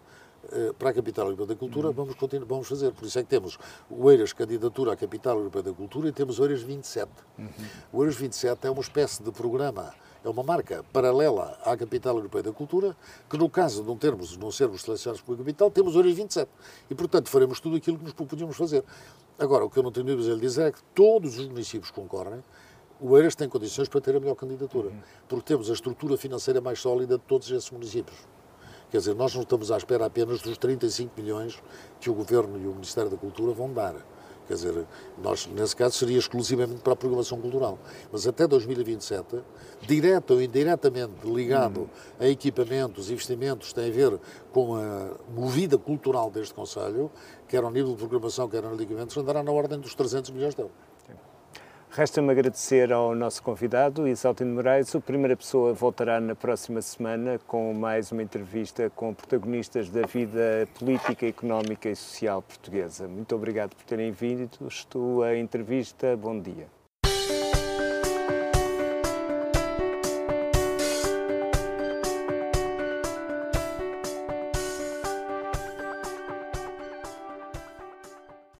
para a Capital Europeia da Cultura, vamos, continuar, vamos fazer. Por isso é que temos o Eiras candidatura à Capital Europeia da Cultura e temos o Eiras vinte e sete. Uhum. O Eiras vinte e sete é uma espécie de programa, é uma marca paralela à Capital Europeia da Cultura, que no caso de não, termos, não sermos selecionados pela Capital, temos o Eiras vinte e sete. E, portanto, faremos tudo aquilo que nos propunhamos fazer. Agora, o que eu não tenho dúvidas de dizer é que todos os municípios concorrem. O Eiras tem condições para ter a melhor candidatura, uhum. porque temos a estrutura financeira mais sólida de todos esses municípios. Quer dizer, nós não estamos à espera apenas dos trinta e cinco milhões que o Governo e o Ministério da Cultura vão dar. Quer dizer, nós, nesse caso, seria exclusivamente para a programação cultural. Mas até dois mil e vinte e sete, direto ou indiretamente ligado uhum. a equipamentos, investimentos, tem a ver com a movida cultural deste Conselho, quer ao nível de programação, quer ao nível de equipamentos, andará na ordem dos trezentos milhões de euros. Resta-me agradecer ao nosso convidado, Isaltino Moraes. O Primeira Pessoa voltará na próxima semana com mais uma entrevista com protagonistas da vida política, económica e social portuguesa. Muito obrigado por terem vindo. Estou a entrevista. Bom dia.